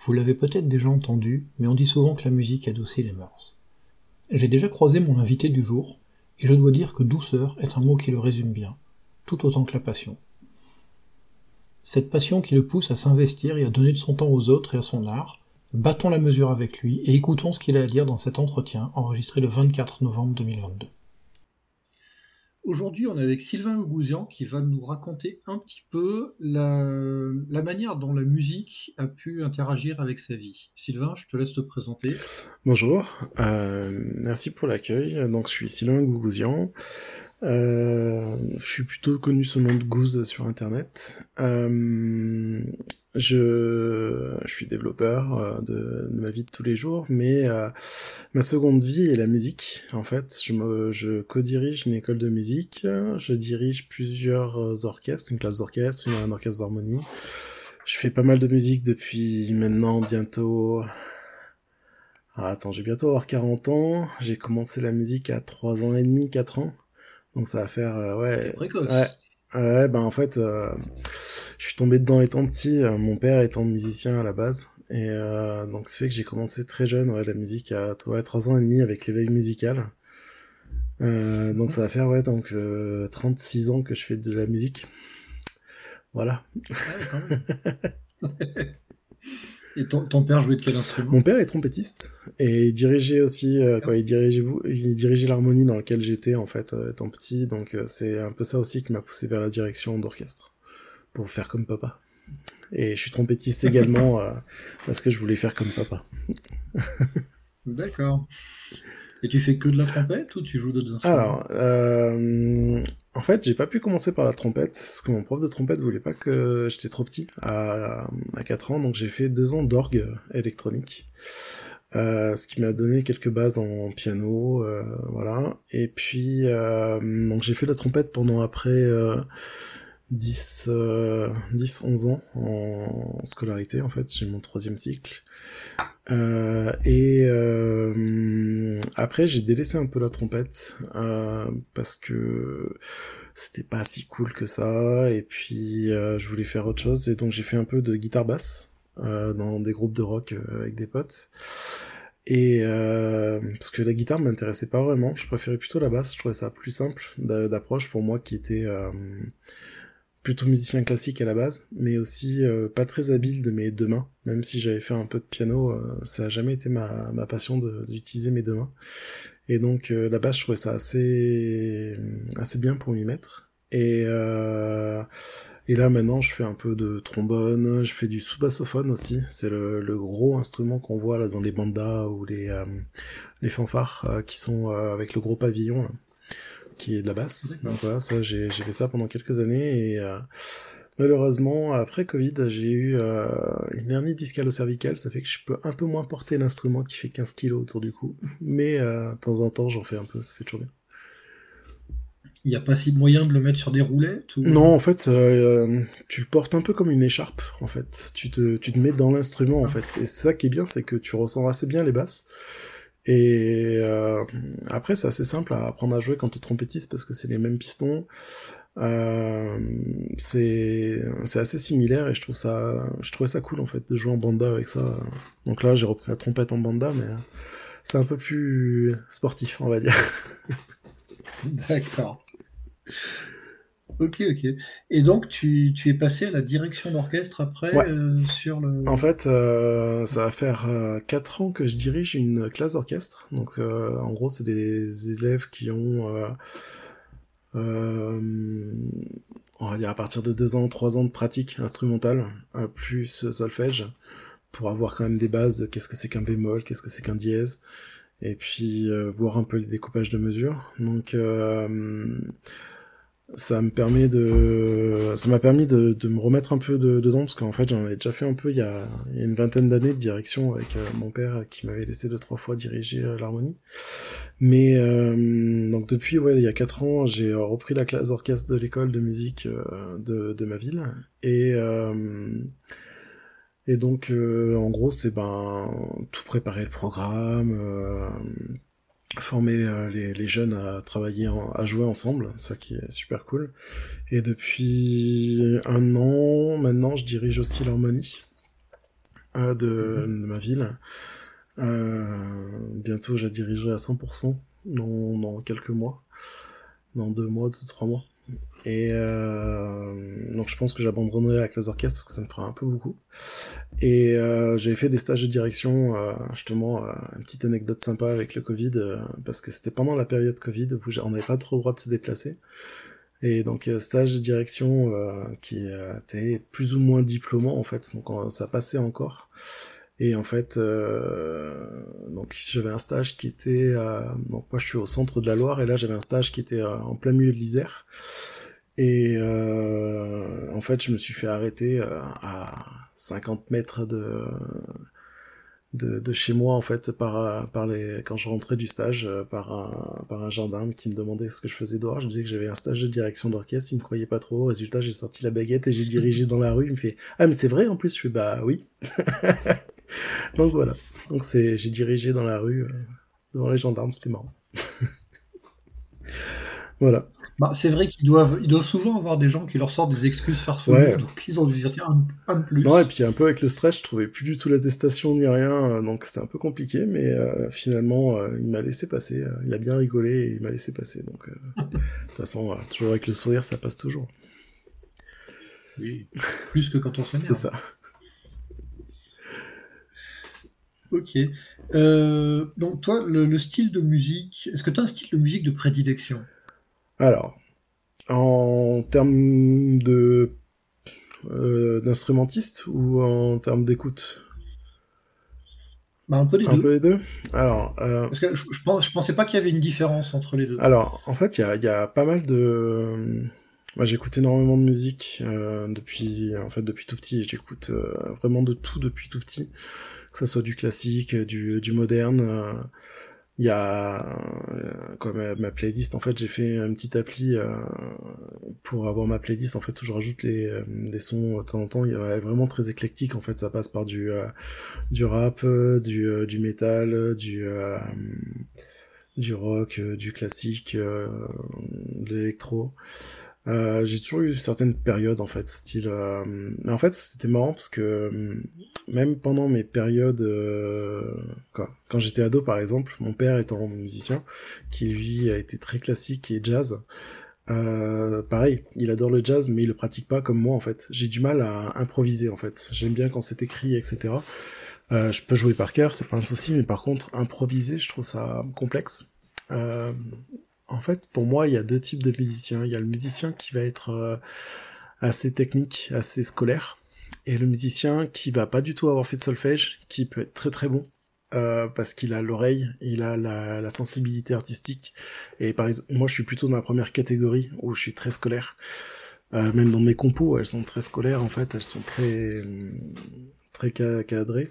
Vous l'avez peut-être déjà entendu, mais on dit souvent que la musique adoucit les mœurs. J'ai déjà croisé mon invité du jour, et je dois dire que douceur est un mot qui le résume bien, tout autant que la passion. Cette passion qui le pousse à s'investir et à donner de son temps aux autres et à son art, battons la mesure avec lui et écoutons ce qu'il a à dire dans cet entretien enregistré le 24 novembre 2022. Aujourd'hui, on est avec Sylvain Gouzian qui va nous raconter un petit peu la manière dont la musique a pu interagir avec sa vie. Sylvain, je te laisse te présenter. Bonjour, merci pour l'accueil. Donc, je suis Sylvain Gouzian. Je suis plutôt connu sous le nom de Gouze sur Internet. Je suis développeur de ma vie de tous les jours, mais ma seconde vie est la musique. En fait, je co-dirige une école de musique, je dirige plusieurs orchestres, une classe d'orchestre, un orchestre d'harmonie. Je fais pas mal de musique depuis maintenant bientôt... Ah, attends, je vais bientôt avoir 40 ans. J'ai commencé la musique à 3 ans et demi, 4 ans. Donc ça va faire, T'es ouais, ouais. précoce. Ouais, ben en fait, je suis tombé dedans étant petit, mon père étant musicien à la base. Et donc ça fait que j'ai commencé très jeune, ouais, la musique à 3 ans et demi avec l'éveil musical. Donc ça va faire, ouais, donc 36 ans que je fais de la musique. Voilà. Ah ouais, quand même. Et ton père jouait de quel Mon instrument? père est trompettiste et il dirigeait aussi, quoi, il dirigeait l'harmonie dans laquelle j'étais en fait étant petit, donc c'est un peu ça aussi qui m'a poussé vers la direction d'orchestre pour faire comme papa. Et je suis trompettiste également parce que je voulais faire comme papa. D'accord. Et tu fais que de la trompette ou tu joues d'autres instruments? Alors, en fait, j'ai pas pu commencer par la trompette parce que mon prof de trompette voulait pas que j'étais trop petit à 4 ans, donc j'ai fait 2 ans d'orgue électronique. Ce qui m'a donné quelques bases en piano, voilà. Et puis, donc j'ai fait la trompette pendant après 10-11 ans en scolarité, en fait, j'ai mon 3e cycle. Après, j'ai délaissé un peu la trompette, parce que c'était pas si cool que ça, et puis je voulais faire autre chose, et donc j'ai fait un peu de guitare basse dans des groupes de rock avec des potes. Et parce que la guitare m'intéressait pas vraiment, je préférais plutôt la basse, je trouvais ça plus simple d'approche pour moi qui était plutôt musicien classique à la base, mais aussi pas très habile de mes 2 mains, même si j'avais fait un peu de piano, ça a jamais été ma passion d'utiliser mes 2 mains. Et donc la basse, je trouvais ça assez bien pour m'y mettre. Et là maintenant, je fais un peu de trombone, je fais du sous-bassophone aussi. C'est le gros instrument qu'on voit là dans les bandas ou les fanfares qui sont avec le gros pavillon là, qui est de la basse. Donc D'accord. voilà, ça j'ai fait ça pendant quelques années et malheureusement après Covid, j'ai eu une hernie discale cervicale, ça fait que je peux un peu moins porter l'instrument qui fait 15 kilos autour du cou. Mais de temps en temps, j'en fais un peu, ça fait toujours bien. Il n'y a pas si moyen de le mettre sur des roulettes ou... Non, en fait, tu le portes un peu comme une écharpe, en fait. Tu te mets dans l'instrument, en D'accord. fait. Et c'est ça qui est bien, c'est que tu ressens assez bien les basses. Et après, c'est assez simple à apprendre à jouer quand tu es trompettiste, parce que c'est les mêmes pistons. Euh, c'est assez similaire, et je trouvais ça cool, en fait, de jouer en banda avec ça. Donc là, j'ai repris la trompette en banda, mais c'est un peu plus sportif, on va dire. D'accord. Ok, ok. Et donc, tu es passé à la direction d'orchestre après Ouais. sur le... En fait, ça va faire 4 ans que je dirige une classe d'orchestre. Donc, en gros, c'est des élèves qui ont, euh, on va dire, à partir de 2 ans, 3 ans de pratique instrumentale, plus solfège, pour avoir quand même des bases de qu'est-ce que c'est qu'un bémol, qu'est-ce que c'est qu'un dièse, et puis voir un peu les découpages de mesures. Donc, ça m'a permis de me remettre un peu dedans, parce qu'en fait j'en avais déjà fait un peu il y a une vingtaine d'années de direction avec mon père qui m'avait laissé 2-3 fois diriger l'harmonie. Mais donc depuis, ouais, il y a 4 ans, j'ai repris la classe d'orchestre de l'école de musique de ma ville. Et, et donc en gros c'est tout préparer le programme, former les jeunes à travailler, à jouer ensemble, ça qui est super cool. Et depuis un an, maintenant, je dirige aussi l'harmonie. de ma ville. Bientôt, je la dirigerai à 100% dans quelques mois, dans 2 mois, 2-3 mois. Et donc je pense que j'abandonnerai la classe d'orchestre parce que ça me fera un peu beaucoup. Et j'avais fait des stages de direction, justement, une petite anecdote sympa avec le Covid, parce que c'était pendant la période Covid où on n'avait pas trop le droit de se déplacer. Et donc stage de direction qui était plus ou moins diplômant en fait, donc ça passait encore. Et en fait, donc j'avais un stage qui était, donc moi je suis au centre de la Loire et là j'avais un stage qui était en plein milieu de l'Isère. Et en fait, je me suis fait arrêter à 50 mètres de chez moi, en fait, quand je rentrais du stage, par un gendarme qui me demandait ce que je faisais dehors. Je disais que j'avais un stage de direction d'orchestre, il me croyait pas trop. Résultat, j'ai sorti la baguette et j'ai dirigé dans la rue. Il me fait « Ah, mais c'est vrai en plus ?» Je fais « Bah oui. » Donc voilà. Donc j'ai dirigé dans la rue, devant les gendarmes, c'était marrant. Voilà. Bah, c'est vrai ils doivent souvent avoir des gens qui leur sortent des excuses farfelues, Ouais. donc ils ont dû dire tiens, un de plus. Non, et puis un peu avec le stress, je trouvais plus du tout l'attestation ni rien, donc c'était un peu compliqué, mais finalement, il m'a laissé passer, il a bien rigolé et il m'a laissé passer, donc de toute façon, toujours avec le sourire, ça passe toujours. Oui, plus que quand on C'est s'énerve. ça. Ok. Donc toi, le style de musique, est-ce que tu as un style de musique de prédilection? Alors, en termes d'instrumentiste ou en termes d'écoute? Bah, un peu les Un peu deux. les deux. Alors, Parce que je pensais pas qu'il y avait une différence entre les deux. en fait, il y a pas mal de... Moi, j'écoute énormément de musique depuis tout petit. J'écoute vraiment de tout depuis tout petit, que ça soit du classique, du moderne. Il y a quoi, ma playlist. En fait, j'ai fait une petite appli pour avoir ma playlist. En fait, où je rajoute des sons de temps en temps. Il est vraiment très éclectique. En fait, ça passe par du rap, du métal, du rock, du classique, de l'électro. J'ai toujours eu certaines périodes en fait, style. Mais en fait, c'était marrant parce que même pendant mes périodes, quand j'étais ado par exemple, mon père étant musicien, qui lui a été très classique et jazz. Pareil, il adore le jazz, mais il le pratique pas comme moi en fait. J'ai du mal à improviser en fait. J'aime bien quand c'est écrit, etc. Je peux jouer par cœur, c'est pas un souci, mais par contre, improviser, je trouve ça complexe. Euh, En fait, pour moi, il y a deux types de musiciens. Il y a le musicien qui va être assez technique, assez scolaire, et le musicien qui va pas du tout avoir fait de solfège, qui peut être très très bon. Parce qu'il a l'oreille, il a la sensibilité artistique. Et par exemple, moi je suis plutôt dans la première catégorie où je suis très scolaire. Même dans mes compos, elles sont très scolaires en fait, elles sont très cadrées.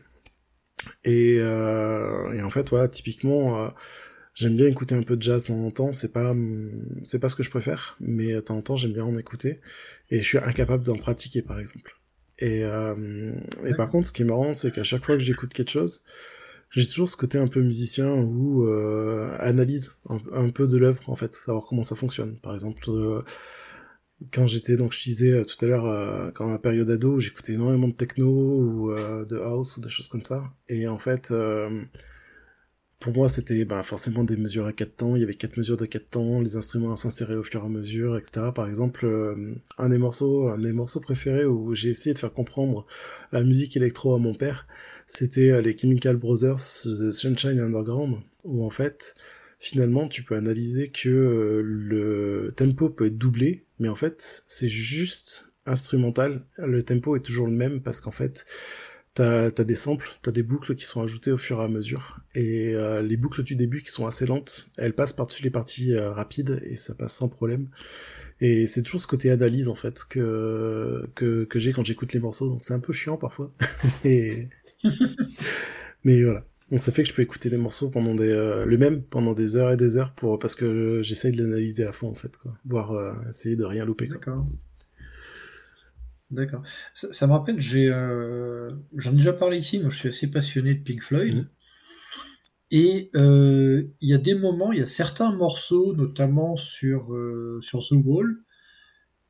Et en fait, voilà, typiquement, j'aime bien écouter un peu de jazz de temps en temps. C'est pas ce que je préfère, mais de temps en temps, j'aime bien en écouter. Et je suis incapable d'en pratiquer, par exemple. Et par D'accord. contre, ce qui est marrant, c'est qu'à chaque fois que j'écoute quelque chose, j'ai toujours ce côté un peu musicien ou analyse un peu de l'œuvre, en fait, savoir comment ça fonctionne. Par exemple, quand j'étais, donc je disais tout à l'heure, quand ma période ado, j'écoutais énormément de techno ou de house ou des choses comme ça. Et en fait, pour moi, c'était forcément des mesures à 4 temps. Il y avait 4 mesures de 4 temps, les instruments s'inséraient au fur et à mesure, etc. Par exemple, un des morceaux préférés où j'ai essayé de faire comprendre la musique électro à mon père, c'était les Chemical Brothers, The Sunshine Underground, où en fait, finalement, tu peux analyser que le tempo peut être doublé, mais en fait, c'est juste instrumental. Le tempo est toujours le même parce qu'en fait, t'as des samples, t'as des boucles qui sont ajoutées au fur et à mesure. Et les boucles du début qui sont assez lentes, elles passent par-dessus les parties rapides et ça passe sans problème. Et c'est toujours ce côté analyse en fait que j'ai quand j'écoute les morceaux, donc c'est un peu chiant parfois. Et... Mais voilà. Donc ça fait que je peux écouter les morceaux le même pendant des heures et des heures parce que j'essaye de l'analyser à fond en fait, quoi. Voire essayer de rien louper, quoi. D'accord. D'accord. Ça me rappelle, j'en ai déjà parlé ici, moi je suis assez passionné de Pink Mhm. Floyd. Et il y a des moments, il y a certains morceaux, notamment sur The Wall,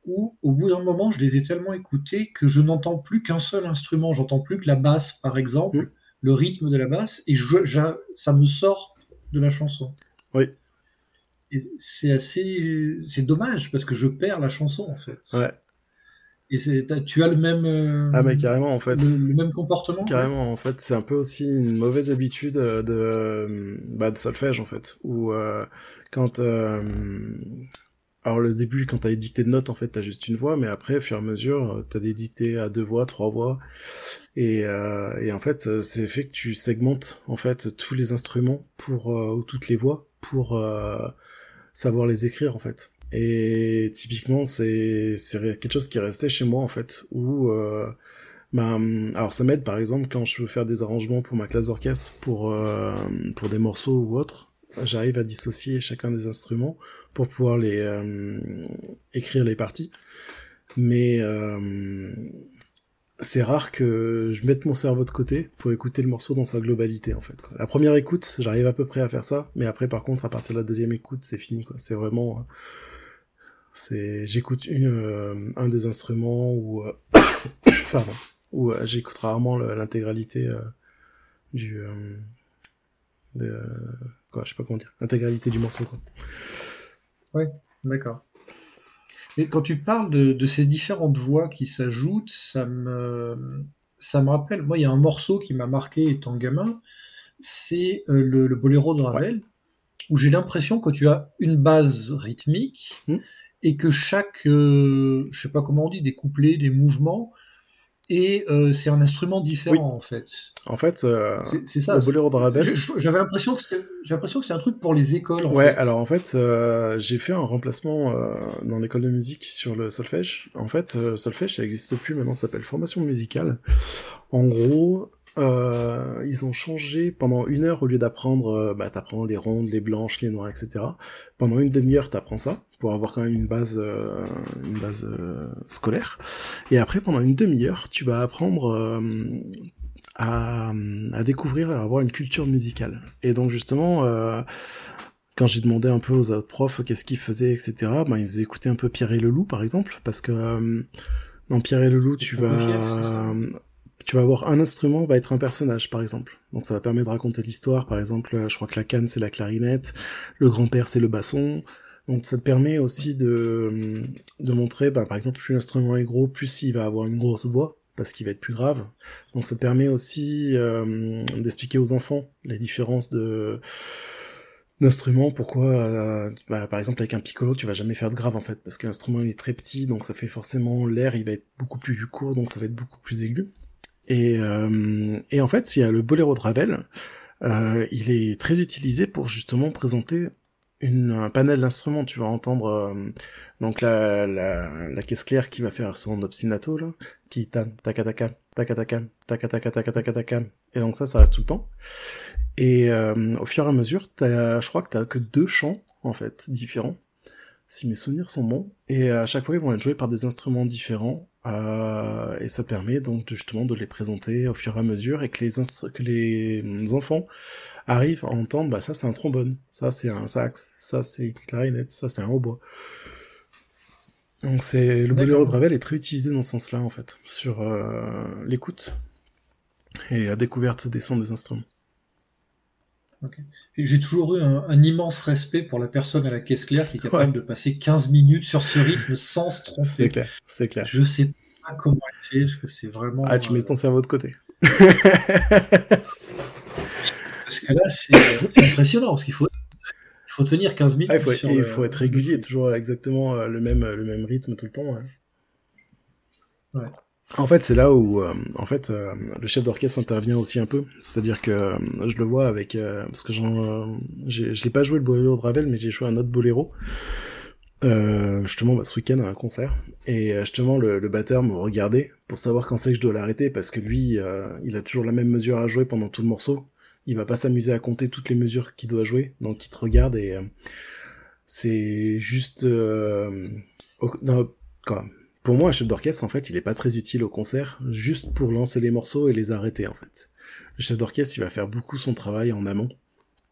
où, au bout d'un moment, je les ai tellement écoutés que je n'entends plus qu'un seul instrument. J'entends plus que la basse, par Hmm. exemple, le rythme de la basse, et ça me sort de la chanson. Oui, Et c'est dommage parce que je perds la chanson en fait. ouais. Et tu as Ah, mais carrément, en fait. le même comportement, ouais. Carrément, en fait, c'est un peu aussi une mauvaise habitude de solfège, en fait. Où, quand... alors, le début, quand t'as des dictées de notes, en fait, t'as juste une voix, mais après, au fur et à mesure, t'as des dictées à 2 voix, 3 voix. Et en fait, c'est fait que tu segmentes, en fait, tous les instruments ou toutes les voix pour savoir les écrire, en fait. Et typiquement, c'est quelque chose qui est resté chez moi, en fait, où... bah, alors ça m'aide par exemple quand je veux faire des arrangements pour ma classe d'orchestre, pour des morceaux ou autres. J'arrive à dissocier chacun des instruments pour pouvoir écrire les parties. Mais c'est rare que je mette mon cerveau de côté pour écouter le morceau dans sa globalité en fait, quoi. La première écoute, j'arrive à peu près à faire ça, mais après par contre à partir de la deuxième écoute, c'est fini quoi. C'est vraiment, j'écoute un des instruments ou pardon, ou j'écoute rarement l'intégralité du de, quoi, je sais pas comment dire, l'intégralité du morceau quoi. Ouais, d'accord. Et quand tu parles de ces différentes voix qui s'ajoutent, ça me rappelle, moi il y a un morceau qui m'a marqué étant gamin, c'est le boléro de Ouais. Ravel, où j'ai l'impression que tu as une base rythmique Hmm. et que chaque, je sais pas comment on dit, des couplets, des mouvements, et c'est un instrument Oui. différent en fait. En fait, C'est ça. le boléro de Ravel. J'ai l'impression que c'est un truc pour les écoles en Ouais, fait. alors en fait, j'ai fait un remplacement dans l'école de musique sur le solfège. En fait, solfège, ça n'existe plus maintenant, ça s'appelle formation musicale. En gros, ils ont changé pendant 1 heure, au lieu d'apprendre, t'apprends les rondes, les blanches, les noires, etc. Pendant une demi-heure, t'apprends ça, pour avoir quand même une base scolaire. Et après, pendant une demi-heure, tu vas apprendre à découvrir, à avoir une culture musicale. Et donc justement, quand j'ai demandé un peu aux autres profs qu'est-ce qu'ils faisaient, etc., ils faisaient écouter un peu Pierre et le Loup, par exemple, parce que dans Pierre et le Loup, C'est Prokofiev, c'est ça? tu vas avoir un instrument, va être un personnage, par exemple. Donc ça va permettre de raconter l'histoire. Par exemple, je crois que la canne, c'est la clarinette, le grand-père, c'est le basson. Donc ça te permet aussi de montrer, par exemple, plus l'instrument est gros, plus il va avoir une grosse voix, parce qu'il va être plus grave. Donc ça te permet aussi d'expliquer aux enfants les différences d'instruments, pourquoi, par exemple avec un piccolo, tu vas jamais faire de grave en fait, parce que l'instrument il est très petit, donc ça fait forcément l'air, il va être beaucoup plus court, donc ça va être beaucoup plus aigu. Et en fait, il y a le boléro de Ravel, il est très utilisé pour justement présenter un panel d'instruments. Tu vas entendre donc la caisse claire qui va faire son obstinato là, qui tam takataka takataka takataka takataka, et donc ça reste tout le temps. Et au fur et à mesure, je crois que t'as que 2 chants en fait différents, si mes souvenirs sont bons. Et à chaque fois, ils vont être joués par des instruments différents. Et ça permet donc justement de les présenter au fur et à mesure, et que les enfants arrivent à entendre, ça c'est un trombone, ça c'est un sax, ça c'est une clarinette, ça c'est un hautbois. Donc le boléro de D'accord. Ravel est très utilisé dans ce sens-là en fait, sur l'écoute et la découverte des sons des instruments. Ok. Et j'ai toujours eu un immense respect pour la personne à la caisse claire qui est Ouais, capable de passer 15 minutes sur ce rythme sans se c'est tromper. clair, c'est clair. Je sais pas comment elle fait, parce que c'est Ah, vraiment. tu mets ton cerveau de côté. Parce que là, c'est impressionnant, parce il faut tenir 15 Ah, minutes sur il faut être le régulier, truc. toujours exactement le même rythme tout le temps. Ouais. Ouais. En fait, c'est là où le chef d'orchestre intervient aussi un peu. C'est-à-dire que je le vois avec... parce que je l'ai pas joué le boléro de Ravel, mais j'ai joué un autre boléro. Justement, ce week-end à un concert. Et justement, le batteur me regardait pour savoir quand c'est que je dois l'arrêter, parce que lui, il a toujours la même mesure à jouer pendant tout le morceau. Il va pas s'amuser à compter toutes les mesures qu'il doit jouer, donc il te regarde et c'est juste... non, quoi. Pour moi, un chef d'orchestre, en fait, il est pas très utile au concert, juste pour lancer les morceaux et les arrêter, en fait. Le chef d'orchestre, il va faire beaucoup son travail en amont.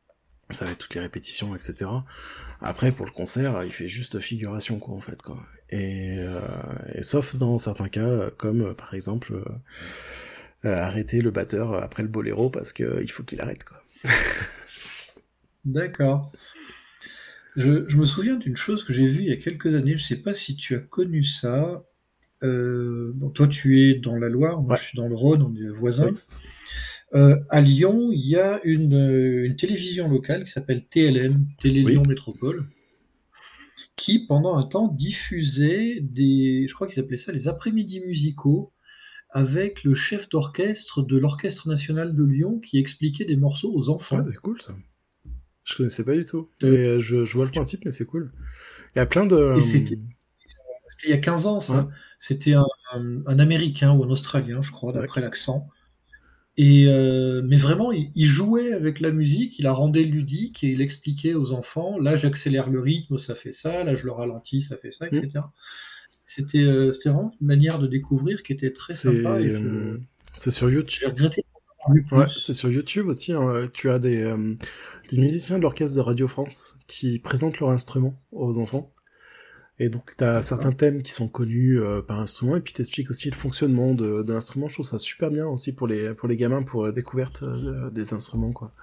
Ça va être toutes les répétitions, etc. Après, pour le concert, il fait juste figuration, quoi, en fait, quoi. Et sauf dans certains cas, comme par exemple arrêter le batteur après le boléro parce que il faut qu'il arrête, quoi. D'accord. Je me souviens d'une chose que j'ai vue il y a quelques années, je sais pas si tu as connu ça. Bon, toi, tu es dans la Loire, moi Ouais, je suis dans le Rhône, on est oui, voisins. À Lyon, il y a une télévision locale qui s'appelle TLM, Télé oui. Lyon Métropole, qui pendant un temps diffusait je crois qu'ils appelaient ça les après-midi musicaux, avec le chef d'orchestre de l'Orchestre national de Lyon qui expliquait des morceaux aux Ouais, enfants. c'est cool, ça. Je connaissais pas du tout. Euh, Mais je vois le principe, mais c'est cool. Il y a plein et c'était il y a 15 ans, ouais, ça. C'était un Américain ou un Australien, je crois, d'après d'accord. l'accent. Mais vraiment, il jouait avec la musique, il la rendait ludique et il expliquait aux enfants, là j'accélère le rythme, ça fait ça, là je le ralentis, ça fait ça, Hmm. etc. C'était vraiment une manière de découvrir qui était très C'est sympa et c'est sur YouTube. j'ai regretté de pas en avoir vu Ouais, c'est plus. sur YouTube aussi, hein. Tu as des musiciens de l'orchestre de Radio France qui présentent leur instrument aux enfants. Et donc, tu as D'accord. certains thèmes qui sont connus par instrument, et puis t'expliques aussi le fonctionnement de l'instrument. Je trouve ça super bien aussi pour les gamins, pour la découverte des instruments, quoi.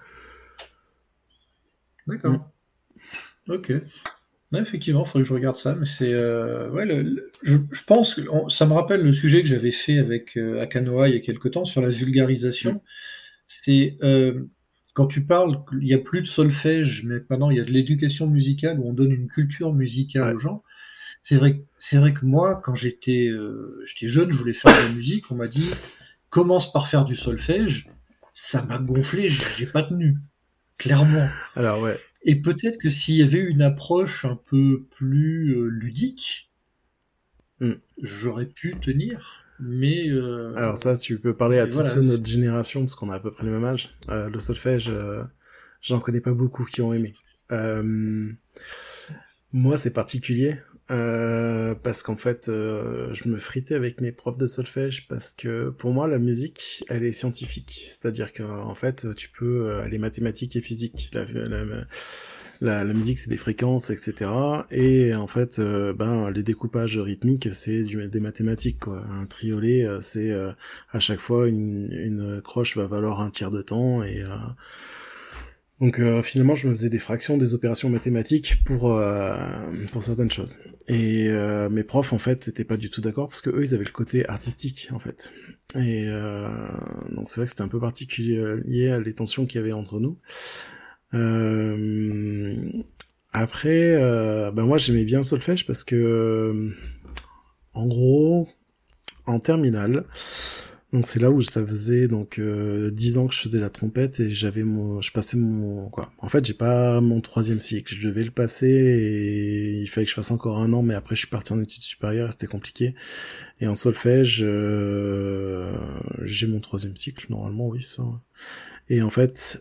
Mm. D'accord. Ok. Ouais, effectivement, il faudrait que je regarde ça, mais c'est ouais, je pense que ça me rappelle le sujet que j'avais fait avec Akanoa il y a quelque temps sur la Mm. vulgarisation. C'est quand tu parles qu'il n'y a plus de solfège, mais maintenant il y a de l'éducation musicale où on donne une culture musicale Ouais. aux gens. C'est vrai que moi, quand j'étais jeune, je voulais faire de la musique. On m'a dit commence par faire du solfège. Ça m'a gonflé, j'ai pas tenu, clairement. Alors, ouais. Et peut-être que s'il y avait eu une approche un peu plus ludique, Mm. j'aurais pu tenir. Mais, Alors ça, tu peux parler à mais tous voilà. ceux de notre génération, parce qu'on a à peu près le même âge. Le solfège, j'en connais pas beaucoup qui ont aimé. Euh, Moi, c'est particulier, parce qu'en fait, je me fritais avec mes profs de solfège, parce que pour moi, la musique, elle est scientifique. C'est-à-dire qu'en fait, tu peux... Elle est mathématique et physique. La musique, c'est des fréquences, etc. Et en fait, ben, les découpages rythmiques, c'est des mathématiques, quoi. Un triolet, c'est à chaque fois, une croche va valoir un tiers de temps, et... Donc finalement, je me faisais des fractions, des opérations mathématiques pour certaines choses. Et mes profs, en fait, étaient pas du tout d'accord parce que eux, ils avaient le côté artistique, en fait. Et donc c'est vrai que c'était un peu particulier lié à les tensions qu'il y avait entre nous. Euh, Après, ben moi, j'aimais bien le solfège parce que, en gros, en terminale, donc c'est là où ça faisait donc 10 ans que je faisais la trompette et je passais mon quoi. En fait, j'ai pas mon troisième cycle, je devais le passer et il fallait que je fasse encore un an, mais après je suis parti en études supérieures et c'était compliqué. Et en solfège, j'ai mon troisième cycle normalement, oui ça. Et en fait,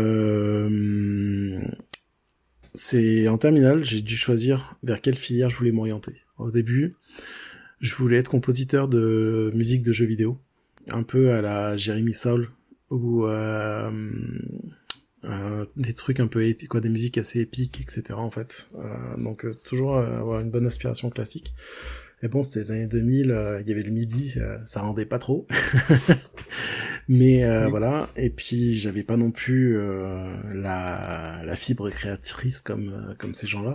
c'est en terminale, j'ai dû choisir vers quelle filière je voulais m'orienter. Au début, je voulais être compositeur de musique de jeux vidéo, un peu à la Jeremy Soule, ou des trucs un peu épiques, quoi, des musiques assez épiques, etc. En fait. Donc toujours avoir une bonne aspiration classique. Et bon, c'était les années 2000, il y avait le MIDI, ça rendait pas trop. Mais Oui. voilà, et puis j'avais pas non plus la fibre créatrice comme ces gens-là.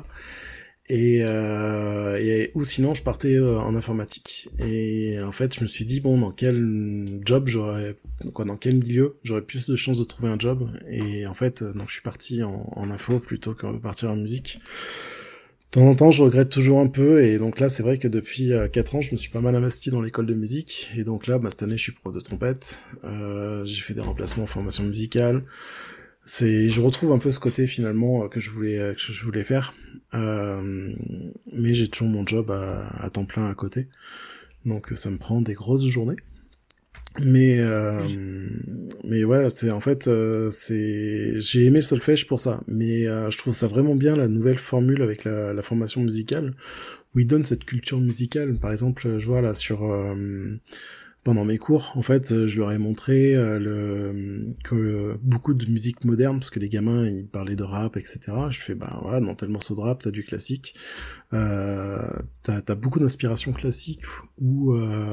Ou sinon je partais en informatique. Et en fait, je me suis dit bon, dans quel job dans quel milieu j'aurais plus de chances de trouver un job. Et en fait, donc je suis parti en info plutôt que de partir en musique. De temps en temps, je regrette toujours un peu, et donc là, c'est vrai que depuis 4 ans, je me suis pas mal investi dans l'école de musique, et donc là, bah, cette année, je suis prof de trompette, j'ai fait des remplacements en formation musicale, je retrouve un peu ce côté finalement que je voulais faire, mais j'ai toujours mon job à temps plein à côté, donc ça me prend des grosses journées. Mais mais ouais, c'est en fait j'ai aimé le solfège pour ça, mais je trouve ça vraiment bien la nouvelle formule avec la formation musicale où ils donnent cette culture musicale. Par exemple, je vois là pendant mes cours, en fait, je leur ai montré que beaucoup de musique moderne, parce que les gamins, ils parlaient de rap, etc. Je fais, ben voilà, dans tel morceau de rap, t'as du classique. T'as beaucoup d'inspiration classique, ou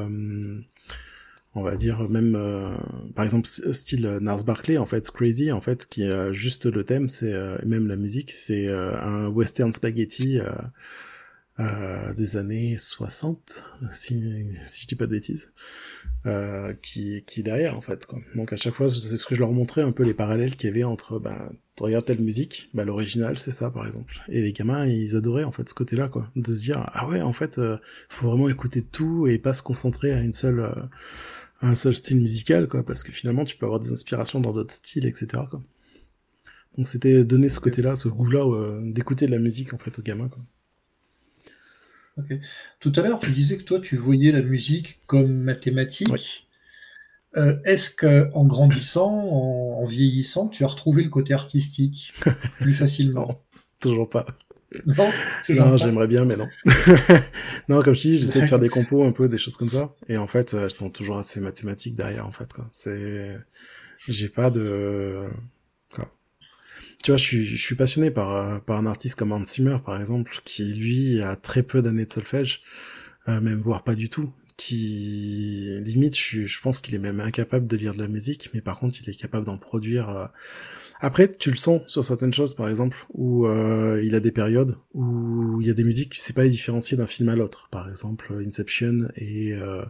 on va dire même, par exemple, style Nars Barkley, en fait, Crazy, en fait, qui a juste le thème, c'est même la musique, c'est un western spaghetti des années 60, si je dis pas de bêtises. Qui est derrière en fait quoi. Donc à chaque fois c'est ce que je leur montrais un peu les parallèles qu'il y avait entre tu regardes telle musique, l'original c'est ça par exemple. Et les gamins ils adoraient en fait ce côté-là quoi, de se dire ah ouais en fait faut vraiment écouter tout et pas se concentrer à un seul style musical quoi, parce que finalement tu peux avoir des inspirations dans d'autres styles etc quoi. Donc c'était donner ce côté-là, ce goût-là d'écouter de la musique en fait aux gamins quoi. Ok. Tout à l'heure, tu disais que toi, tu voyais la musique comme mathématique. Ouais. Est-ce qu'en grandissant, en vieillissant, tu as retrouvé le côté artistique plus facilement? Non, toujours pas. Non, toujours Non, pas. j'aimerais bien, mais non. Non, comme je dis, j'essaie de faire D'accord. des compos un peu, des choses comme ça. Et en fait, elles sont toujours assez mathématiques derrière, en fait, quoi. J'ai pas de, quoi. Tu vois, je suis passionné par un artiste comme Hans Zimmer, par exemple, qui, lui, a très peu d'années de solfège, même voire pas du tout. Qui, limite, je pense qu'il est même incapable de lire de la musique, mais par contre, il est capable d'en produire, après, tu le sens sur certaines choses, par exemple, où il a des périodes où il y a des musiques, tu sais pas les différencier d'un film à l'autre. Par exemple, Inception et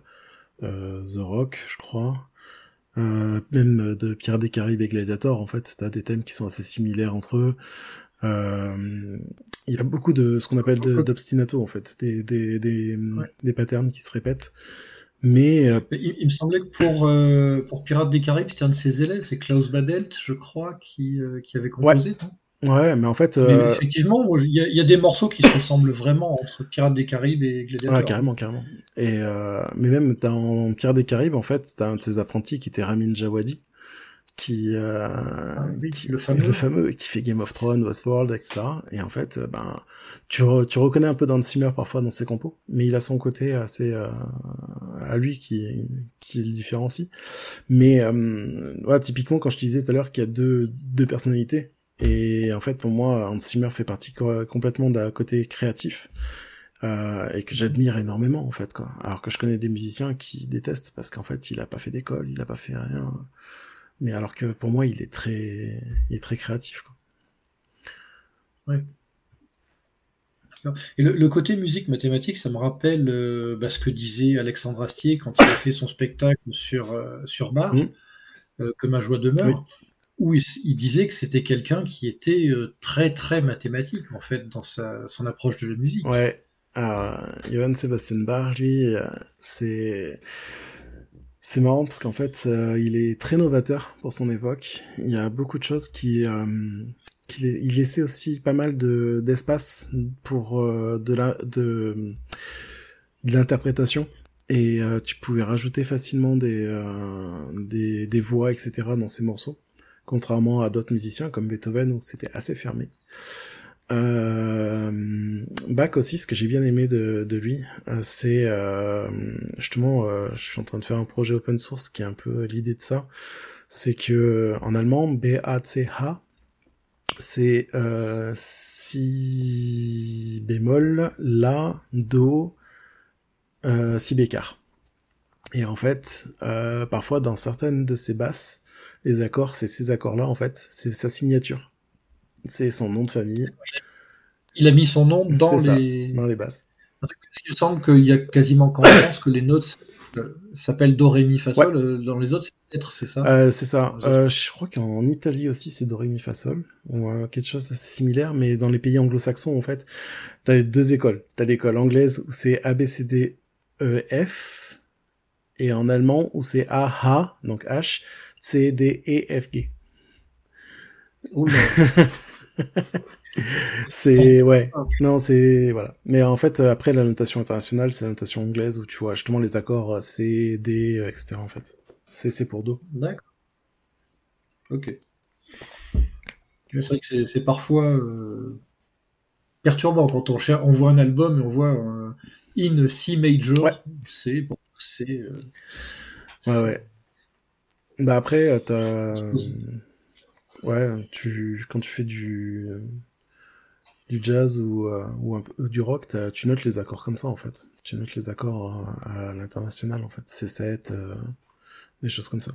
The Rock, je crois. Même de Pirates des Caraïbes et Gladiator, en fait, t'as des thèmes qui sont assez similaires entre eux. Il y a beaucoup de ce qu'on appelle d'obstinato, en fait, Ouais. des patterns qui se répètent. Mais Il me semblait que pour Pirates des Caraïbes, c'était un de ses élèves, c'est Klaus Badelt, je crois, qui avait ouais, composé, non? ouais, mais en fait, Mais effectivement, il y a des morceaux qui se ressemblent vraiment entre Pirates des Caraïbes et ouais, Gladiator. carrément, carrément. Et mais même dans Pirates des Caraïbes, en fait, t'as un de ses apprentis qui était Ramin Djawadi, Ah oui, qui le le fameux. fameux, qui fait Game of Thrones, Westworld, etc. Et en fait, tu reconnais un peu Dan Zimmer parfois dans ses compos, mais il a son côté assez à lui qui le différencie. Mais ouais, typiquement, quand je te disais tout à l'heure qu'il y a deux personnalités, et en fait, pour moi, Hans Zimmer fait partie complètement d'un côté créatif. Et que j'admire énormément en fait quoi. Alors que je connais des musiciens qui détestent parce qu'en fait il a pas fait d'école, il a pas fait rien. Mais alors que pour moi il est très créatif quoi. Ouais. Et le côté musique mathématique, ça me rappelle ce que disait Alexandre Astier quand il a fait son spectacle sur Bach, Mmh. Que ma joie Oui. demeure, où il disait que c'était quelqu'un qui était très très mathématique en fait dans son approche de la musique. Ouais. Alors, Johann Sebastian Bach, lui, c'est c'est marrant parce qu'en fait, il est très novateur pour son époque. Il y a beaucoup de choses il laissait aussi pas mal d'espace pour de l'interprétation. Et tu pouvais rajouter facilement des voix, etc. dans ces morceaux, contrairement à d'autres musiciens comme Beethoven où c'était assez fermé. Bach aussi, ce que j'ai bien aimé de lui, c'est justement, je suis en train de faire un projet open source qui est un peu l'idée de ça, c'est que en allemand, B-A-C-H, c'est si bémol, la, do, si bécart. Et en fait, parfois dans certaines de ces basses, les accords, c'est ces accords-là en fait, c'est sa signature, c'est son nom de famille, Il a mis son nom c'est dans ça, les. dans les basses. Parce qu'il me semble qu'il y a quasiment qu'en France que les notes s'appellent do, ré, mi, fa, Ouais, sol. Dans les autres, c'est lettres, c'est ça? c'est ça. Dans les autres. Je crois qu'en Italie aussi, c'est do, ré, mi, fa, sol, ou quelque chose d'assez similaire, mais dans les pays anglo-saxons, en fait, t'as deux écoles. T'as l'école anglaise où c'est A, B, C, D, E, F, et en allemand où c'est A, H, donc H, C, D, E, F, G. Oula. C'est, ouais. Non, c'est, voilà. Mais en fait, après, la notation internationale, c'est la notation anglaise où tu vois justement les accords C, D, etc. en fait. C'est pour Do. D'accord. Ok. C'est vrai que c'est parfois perturbant quand on voit un album et on voit in C Ouais. major, c'est bon, c'est Ouais, ouais. Bah après, quand tu fais du jazz ou du rock, tu notes les accords comme ça, en fait. Tu notes les accords à l'international, en fait. C7, des choses comme ça.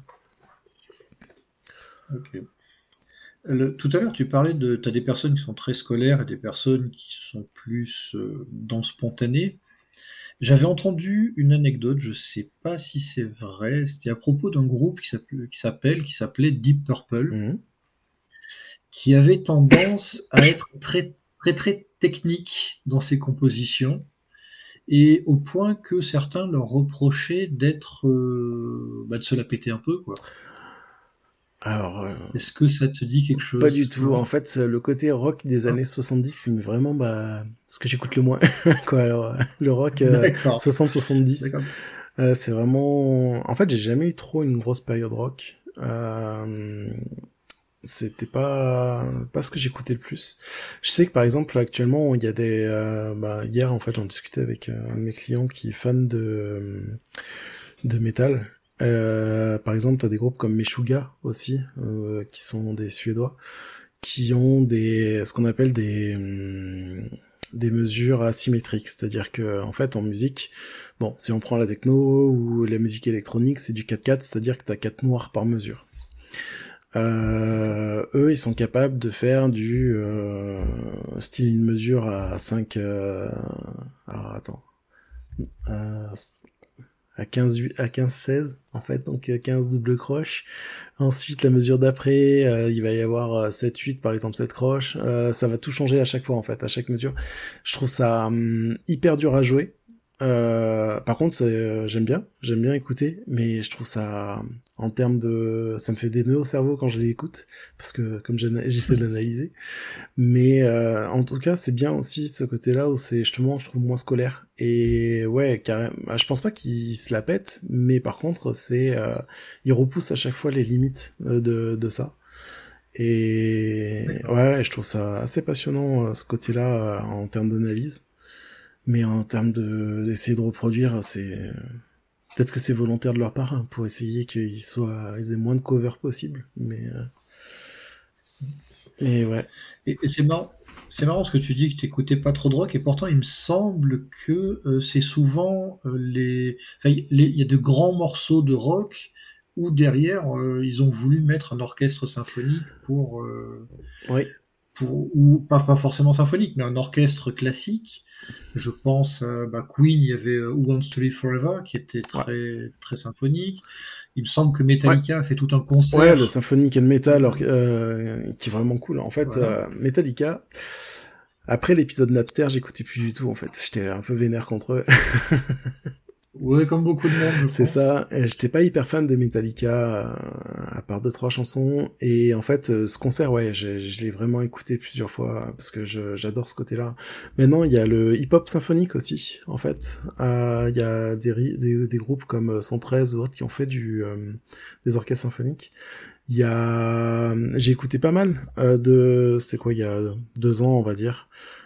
Ok. Tout à l'heure, tu parlais de, t'as des personnes qui sont très scolaires et des personnes qui sont plus dans le spontané. J'avais entendu une anecdote, je sais pas si c'est vrai, c'était à propos d'un groupe qui s'appelait Deep Purple, Mhm. qui avait tendance à être très, très, très technique dans ses compositions, et au point que certains leur reprochaient de se la péter un peu, quoi. Alors, Est-ce que ça te dit quelque pas du chose? tout. En Non? fait, le côté rock des Hein. années 70, c'est vraiment ce que j'écoute le moins. Quoi, alors, le rock D'accord, 60-70, d'accord. c'est vraiment... En fait, j'ai jamais eu trop une grosse période rock. C'était pas ce que j'écoutais le plus. Je sais que par exemple actuellement il y a hier en fait j'en discutais avec un de mes clients qui est fan de métal. Par exemple t'as des groupes comme Meshuggah aussi qui sont des Suédois qui ont ce qu'on appelle des mesures asymétriques, c'est-à-dire que en fait en musique, bon si on prend la techno ou la musique électronique c'est du 4/4, c'est-à-dire que t'as 4 noirs par mesure. Eux, ils sont capables de faire du style une mesure à 5... alors attends. Euh, à 16, en fait, donc 15 double croche. Ensuite, la mesure d'après, il va y avoir 7-8, par exemple, 7 croches. Ça va tout changer à chaque fois, en fait, à chaque mesure. Je trouve ça hyper dur à jouer. Par contre, j'aime bien écouter, mais je trouve ça, en termes ça me fait des nœuds au cerveau quand je l'écoute, parce que comme j'essaie d'analyser. Mais en tout cas, c'est bien aussi ce côté-là où c'est justement, je trouve, moins scolaire. Et ouais, carrément, je pense pas qu'il se la pète, mais par contre, il repousse à chaque fois les limites de ça. Et D'accord. ouais, je trouve ça assez passionnant ce côté-là en termes d'analyse. Mais en termes d'essayer de reproduire, peut-être que c'est volontaire de leur part hein, pour essayer ils aient moins de covers possible. Mais ouais. Et c'est marrant ce que tu dis que tu n'écoutais pas trop de rock, et pourtant il me semble que c'est souvent il y a de grands morceaux de rock où derrière ils ont voulu mettre un orchestre symphonique Oui. ou pas forcément symphonique, mais un orchestre classique. Je pense Queen, il y avait Who Wants to Live Forever qui était Ouais. très très symphonique. Il me semble que Ouais. Metallica a fait tout un Ouais, le concert. Symphonic and Metal, qui est vraiment cool. En fait, Voilà. Metallica, après l'épisode Napster, j'écoutais plus du tout, en fait. J'étais un peu vénère contre eux. Ouais, comme beaucoup de monde, je C'est pense. ça. Et j'étais pas hyper fan de Metallica, à part 2-3 chansons. Et en fait, ce concert, ouais, je l'ai vraiment écouté plusieurs fois parce que j'adore ce côté-là. Maintenant, il y a le hip-hop symphonique aussi, en fait. Il y a des groupes comme 113 ou autres qui ont fait des orchestres symphoniques. J'ai écouté pas mal c'est quoi, il y a 2 ans, on va dire.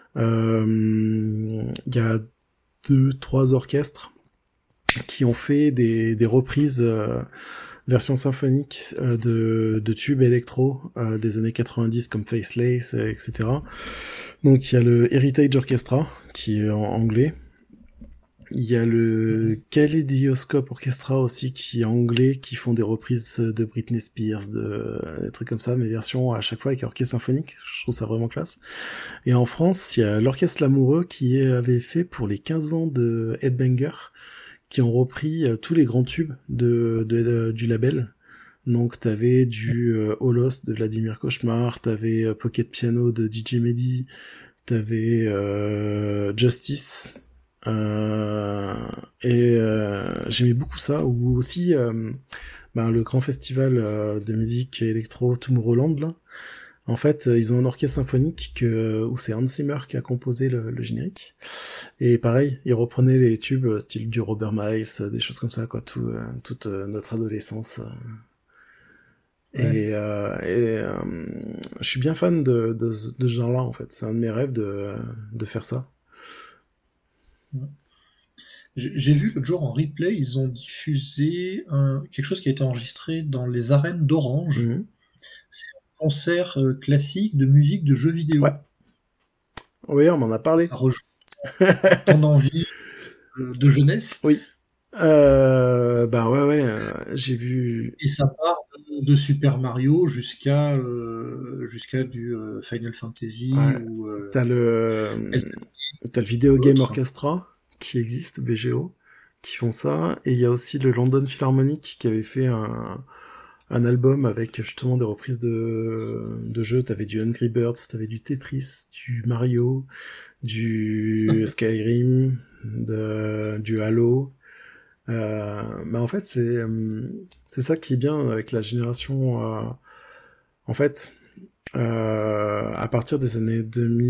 Il y a 2-3 orchestres qui ont fait des reprises version symphonique de tubes électro des années 90 comme Faceless, etc. Donc il y a le Heritage Orchestra qui est en anglais. Il y a le Kaleidoscope Orchestra aussi qui est anglais, qui font des reprises de Britney Spears, des trucs comme ça, mais version à chaque fois avec orchestre symphonique. Je trouve ça vraiment classe. Et en France, il y a l'Orchestre Lamoureux qui avait fait pour les 15 ans de Headbanger, qui ont repris tous les grands tubes du label. Donc t'avais du Holos de Vladimir Cauchemar, t'avais Pocket Piano de DJ Mehdi, t'avais Justice. Euh, J'aimais beaucoup ça. Ou aussi le grand festival de musique électro Tomorrowland là. En fait, ils ont un orchestre symphonique où c'est Hans Zimmer qui a composé le générique. Et pareil, ils reprenaient les tubes style du Robert Miles, des choses comme ça, quoi, toute notre adolescence. Ouais. Je suis bien fan de ce genre-là, en fait. C'est un de mes rêves de faire ça. J'ai vu l'autre jour en replay, ils ont diffusé quelque chose qui a été enregistré dans les arènes d'Orange. Mhm. C'est un concert classique de musique de jeux vidéo. Ouais. Oui, on m'en a parlé. Ça rejoint ton envie de jeunesse. Oui. Bah ouais, j'ai vu. Et ça part de Super Mario jusqu'à du Final Fantasy Ouais. ou T'as le Video Game Orchestra qui existe, VGO, qui font ça. Et il y a aussi le London Philharmonic qui avait fait un album avec justement des reprises de jeux. T'avais du Angry Birds, t'avais du Tetris, du Mario, du Skyrim, du Halo. Mais en fait, c'est ça qui est bien avec la génération. En fait, à partir des années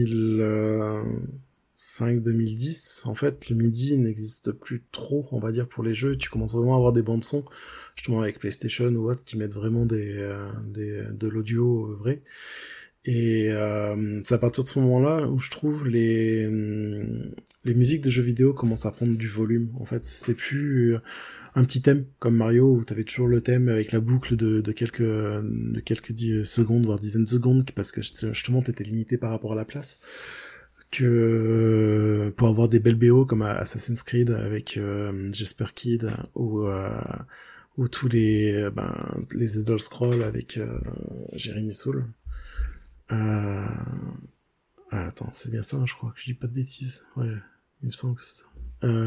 2005-2010, en fait, le MIDI n'existe plus trop, on va dire, pour les jeux. Tu commences vraiment à avoir des bandes son, justement avec PlayStation ou autre, qui mettent vraiment de l'audio vrai. Et c'est à partir de ce moment-là où je trouve les musiques de jeux vidéo commencent à prendre du volume. En fait, c'est plus un petit thème comme Mario où t'avais toujours le thème avec la boucle de quelques secondes voire dizaines de secondes parce que justement t'étais limité par rapport à la place. Que pour avoir des belles BO comme Assassin's Creed avec Jesper Kid ou tous les Elder Scrolls avec Jeremy Soule. Attends, c'est bien ça, je crois que je dis pas de bêtises. Ouais, il me semble que c'est ça.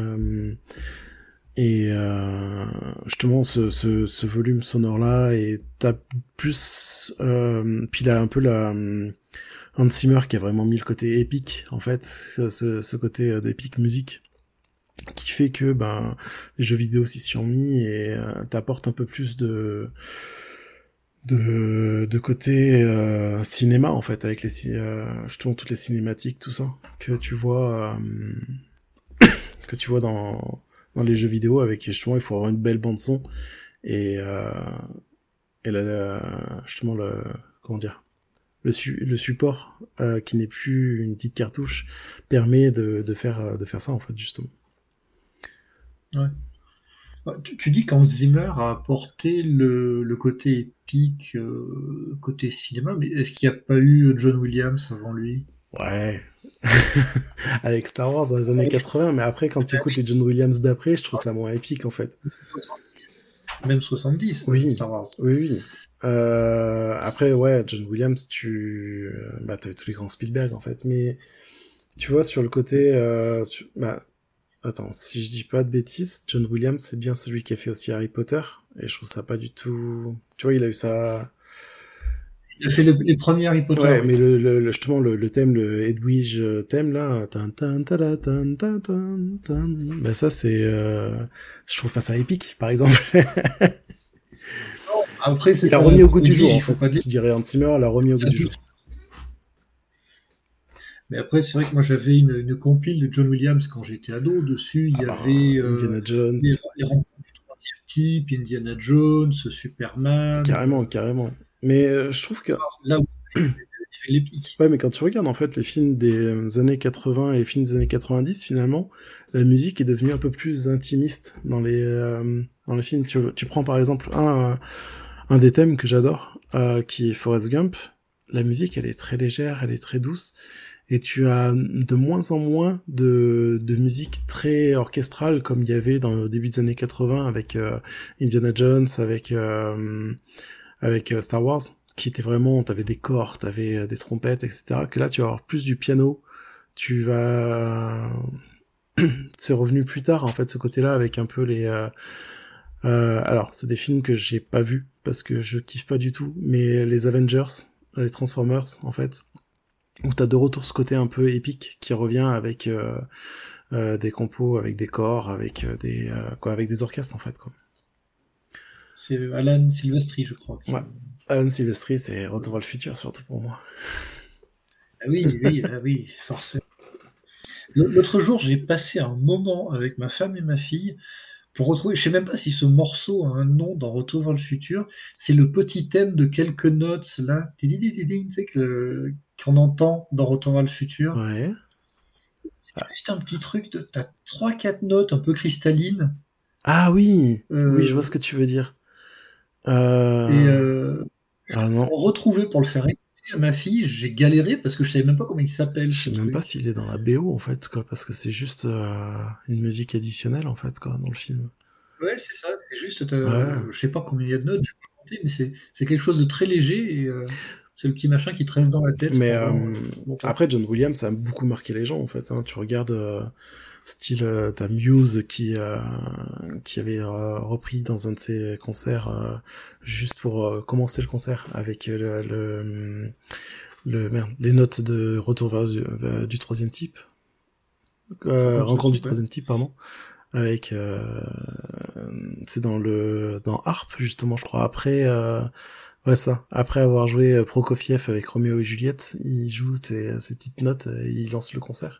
Et justement, ce volume sonore-là, et t'as plus... puis il a un peu Hans Zimmer qui a vraiment mis le côté épique, en fait, ce côté d'épique musique, qui fait que les jeux vidéo s'y sont mis et t'apportent un peu plus de côté cinéma en fait avec justement toutes les cinématiques tout ça que tu vois dans les jeux vidéo avec justement il faut avoir une belle bande son et justement comment dire le support qui n'est plus une petite cartouche permet de faire ça en fait justement. Ouais. Tu dis qu'Hans Zimmer a apporté le côté épique, côté cinéma, mais est-ce qu'il n'y a pas eu John Williams avant lui? Ouais. Avec Star Wars dans les années 80, mais après quand tu écoutes les John Williams d'après, je trouve ça moins épique en fait. 70. Même 70, oui. Star Wars. Oui. Après, ouais, John Williams, t'avais tous les grands Spielberg en fait, mais tu vois, sur le côté. Attends, si je dis pas de bêtises, John Williams, c'est bien celui qui a fait aussi Harry Potter, et je trouve ça pas du tout. Tu vois, il a eu ça. Il a fait les premiers Harry Potter. Ouais, oui. mais justement, le thème, le Edwige thème, là, ben ça, c'est... Je trouve pas ça épique, par exemple. Après, c'est il a remis au goût du jour, en faut fait. pas Je dirais Hans Zimmer l'a remis au goût du jour. Mais après, c'est vrai que moi, j'avais une compile de John Williams quand j'étais ado. Dessus, il y avait Indiana Jones. les rencontres du troisième type, Indiana Jones, Superman. Carrément. Mais je trouve que... Là où il y avait l'épique. Ouais, mais quand tu regardes en fait les films des années 80 et les films des années 90, finalement, la musique est devenue un peu plus intimiste dans les films. Tu prends par exemple un des thèmes que j'adore, qui est Forrest Gump. La musique, elle est très légère, elle est très douce, et tu as de moins en moins de musique très orchestrale comme il y avait dans le début des années 80 avec Indiana Jones, avec Star Wars, qui était vraiment, t'avais des corps, t'avais des trompettes, etc. Que là, tu vas avoir plus du piano. Tu vas... c'est revenu plus tard, en fait, ce côté-là, avec un peu les... alors, c'est des films que j'ai pas vus, parce que je kiffe pas du tout, mais les Avengers, les Transformers, en fait, où t'as de retour ce côté un peu épique qui revient avec des compos, avec des corps, avec avec des orchestres, en fait, quoi. C'est Alan Silvestri, je crois. Ouais. Alan Silvestri, c'est Retour vers le futur, surtout pour moi. Ah oui, forcément. L'autre jour, j'ai passé un moment avec ma femme et ma fille pour retrouver, je sais même pas si ce morceau a un nom dans Retour vers le futur, c'est le petit thème de quelques notes, là, tu sais, qu'on entend dans Retour vers le futur. Ouais. C'est juste un petit truc, t'as 3-4 notes un peu cristallines. Ah oui, oui, je vois ce que tu veux dire. Et Ah non, pour retrouver, pour le faire écouter à ma fille, j'ai galéré parce que je savais même pas comment il s'appelle je ce sais même pas truc. s'il est dans la BO en fait, quoi, parce que c'est juste une musique additionnelle en fait, quoi, dans le film. Ouais, c'est ça, c'est juste, Ouais. je sais pas combien il y a de notes, je vais pas compter, mais c'est quelque chose de très léger et c'est le petit machin qui te reste dans la tête Mais pendant longtemps. après, John Williams, ça a beaucoup marqué les gens en fait. Hein. Tu regardes style, t'as Muse qui avait repris dans un de ses concerts juste pour commencer le concert avec merde, les notes de Retour du troisième type, Rencontre du Ceci, ouais. troisième type, pardon, avec c'est dans Harp justement, je crois. Après, ouais ça. Après avoir joué Prokofiev avec Roméo et Juliette, il joue ses petites notes et il lance le concert.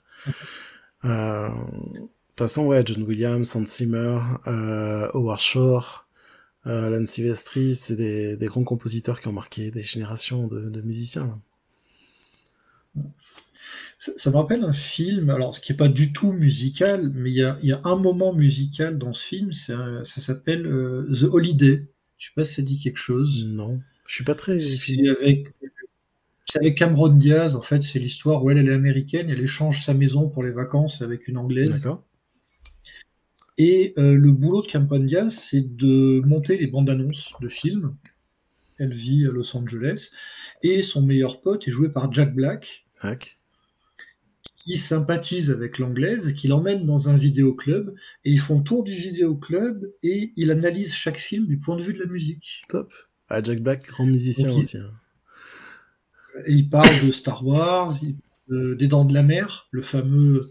De toute façon, ouais, John Williams, Hans Zimmer, Howard Shore, Alan Silvestri, c'est des grands compositeurs qui ont marqué des générations de musiciens. Là. Ça me rappelle un film, alors qui est pas du tout musical, mais il y a un moment musical dans ce film, ça s'appelle The Holiday. Je sais pas si ça dit quelque chose. Non, je suis pas très film. C'est avec Cameron Diaz, en fait, c'est l'histoire où elle est américaine, elle échange sa maison pour les vacances avec une anglaise. D'accord. Et le boulot de Cameron Diaz, c'est de monter les bandes annonces de films. Elle vit à Los Angeles. Et son meilleur pote est joué par Jack Black, Hack. qui sympathise avec l'anglaise, qui l'emmène dans un vidéoclub. Et ils font le tour du vidéoclub et il analyse chaque film du point de vue de la musique. Top. Ah, Jack Black, grand musicien Donc, aussi. Hein. et il parle de Star Wars, des Dents de la Mer, le fameux...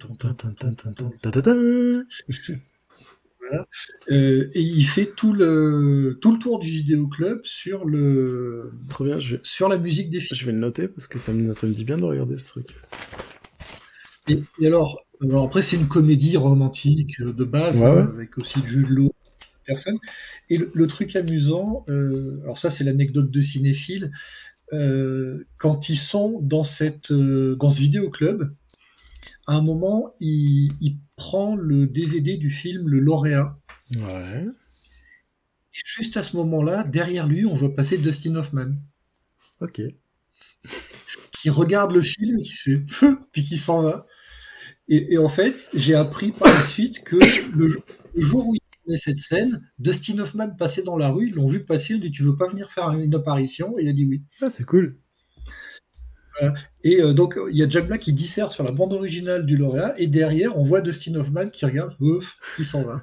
Voilà. Et il fait tout le tour du vidéoclub sur Trop bien, sur la musique des films. je vais le noter parce que ça me dit bien de regarder ce truc. Et alors après, c'est une comédie romantique de base, Ouais, ouais. avec aussi Jude Law, personne. Et le truc amusant, alors ça, c'est l'anecdote de cinéphile, quand ils sont dans dans ce vidéoclub, à un moment, il prend le DVD du film Le Lauréat. Ouais. Et juste à ce moment-là, derrière lui, on voit passer Dustin Hoffman, Ok. qui regarde le film, qui fait puis qui s'en va. Et en fait, j'ai appris par la suite que le jour où il tournait cette scène, Dustin Hoffman passait dans la rue, ils l'ont vu passer, ils ont dit tu veux pas venir faire une apparition? Et il a dit oui. Ah, c'est cool. Voilà. Et donc il y a Jack Black qui disserte sur la bande originale du lauréat, et derrière on voit Dustin Hoffman qui regarde, ouf, qui s'en va.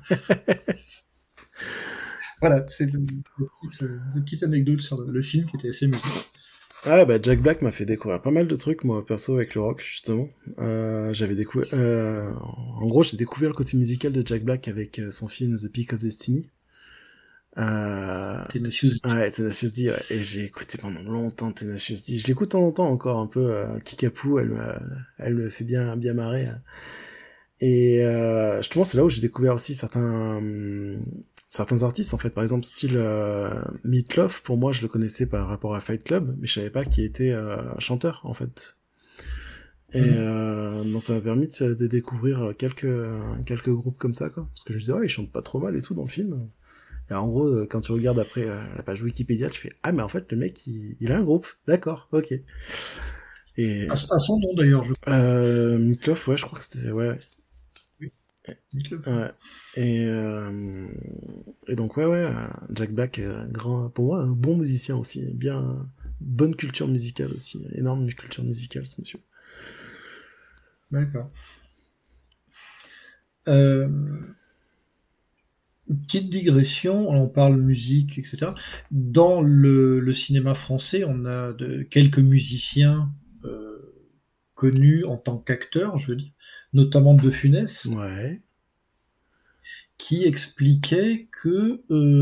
Voilà, c'est une petite anecdote sur le film qui était assez amusant. Ah bah Jack Black m'a fait découvrir pas mal de trucs moi perso avec le rock justement. J'avais découvert, en gros j'ai découvert le côté musical de Jack Black avec son film The Peak of Destiny. Tenacious D. Ouais, Tenacious D, ouais. Et j'ai écouté pendant longtemps Tenacious D. Je l'écoute de temps en temps encore un peu. Kickapoo, elle me fait bien marrer. Hein. Et justement c'est là où j'ai découvert aussi certains artistes en fait, par exemple style Meatloaf, pour moi je le connaissais par rapport à Fight Club, mais je savais pas qu'il était chanteur en fait. Et donc ça m'a permis de découvrir quelques groupes comme ça quoi, parce que je me disais ouais ils chantent pas trop mal et tout dans le film. Et en gros quand tu regardes après la page Wikipédia tu fais ah mais en fait le mec il a un groupe, d'accord, ok. Et À son nom d'ailleurs, je crois. Meatloaf ouais je crois que c'était ouais. Ouais. Et donc ouais, Jack Black, grand, pour moi, un bon musicien aussi, bien, bonne culture musicale aussi, énorme culture musicale ce monsieur. D'accord. Petite digression, on parle musique, etc. Dans le cinéma français, on a quelques musiciens connus en tant qu'acteurs, je veux dire, notamment De Funès. Ouais. Qui expliquait que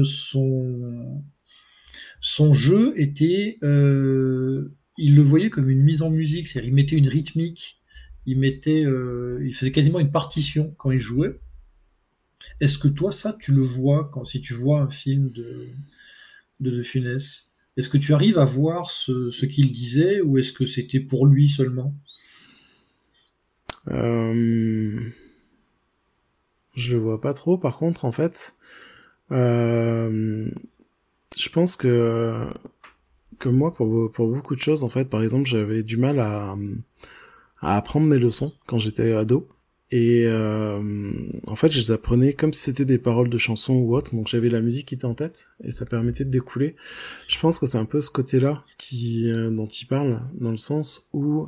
son jeu était, il le voyait comme une mise en musique, c'est-à-dire il mettait une rythmique, il faisait quasiment une partition quand il jouait. Est-ce que toi, ça, tu le vois si tu vois un film de Funès? Est-ce que tu arrives à voir ce qu'il disait, ou est-ce que c'était pour lui seulement? Je le vois pas trop. Par contre, en fait, je pense que moi, pour beaucoup de choses, en fait, par exemple, j'avais du mal à apprendre mes leçons quand j'étais ado. Et en fait, je les apprenais comme si c'était des paroles de chansons ou autre. Donc j'avais la musique qui était en tête et ça permettait de découler. Je pense que c'est un peu ce côté-là dont il parle, dans le sens où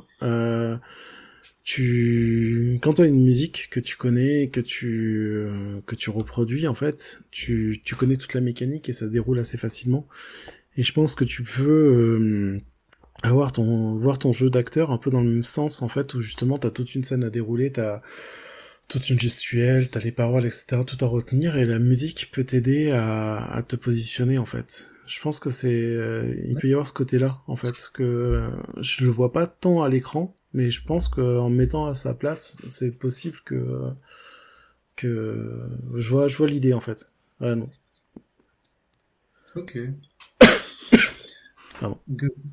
quand t'as une musique que tu connais, que tu reproduis, en fait, tu connais toute la mécanique et ça se déroule assez facilement. Et je pense que tu peux voir ton jeu d'acteur un peu dans le même sens, en fait, où justement t'as toute une scène à dérouler, t'as toute une gestuelle, t'as les paroles, etc., tout à retenir, et la musique peut t'aider à te positionner, en fait. Je pense que il peut y avoir ce côté-là, en fait, que je le vois pas tant à l'écran, mais je pense qu'en me mettant à sa place, c'est possible que je vois l'idée, en fait. Vraiment. Ok. Pardon.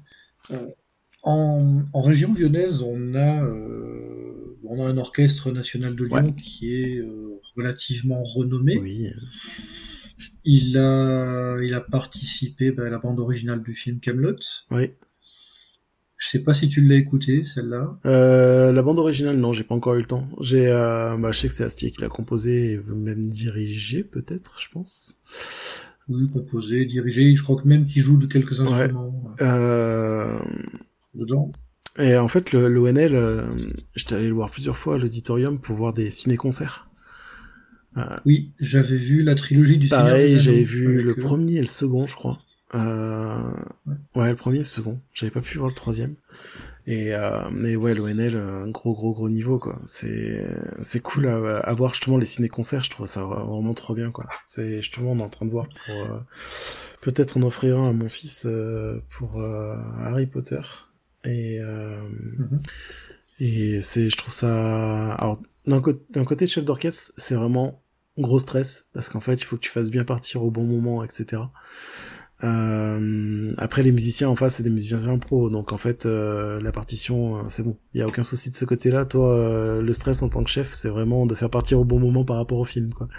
En région lyonnaise, on a un orchestre national de Lyon qui est relativement renommé. Oui. Il a participé à la bande originale du film Kaamelott. Oui. Je sais pas si tu l'as écouté, celle-là. La bande originale, non, j'ai pas encore eu le temps. Je sais que c'est Astier qui l'a composé et même dirigé, peut-être, je pense. Oui, composé, dirigé, je crois que même qu'il joue de quelques instruments dedans. Et en fait, l'ONL, j'étais allé le voir plusieurs fois à l'auditorium pour voir des ciné-concerts. Oui, j'avais vu la trilogie du Seigneur des Anneaux. Pareil, j'avais vu le premier et le second, je crois. Ouais, le premier et le second. J'avais pas pu voir le troisième. Mais ouais, l'ONL, un gros niveau, quoi. C'est cool à voir justement les ciné-concerts, je trouve ça vraiment trop bien, quoi. C'est justement, on est en train de voir pour peut-être en offrir un à mon fils pour Harry Potter. Et je trouve ça... Alors, d'un côté, chef d'orchestre, c'est vraiment gros stress, parce qu'en fait, il faut que tu fasses bien partir au bon moment, etc. Après, les musiciens en face, c'est des musiciens pro, donc en fait, la partition, c'est bon. Il y a aucun souci de ce côté-là. Toi, le stress en tant que chef, c'est vraiment de faire partir au bon moment par rapport au film, quoi.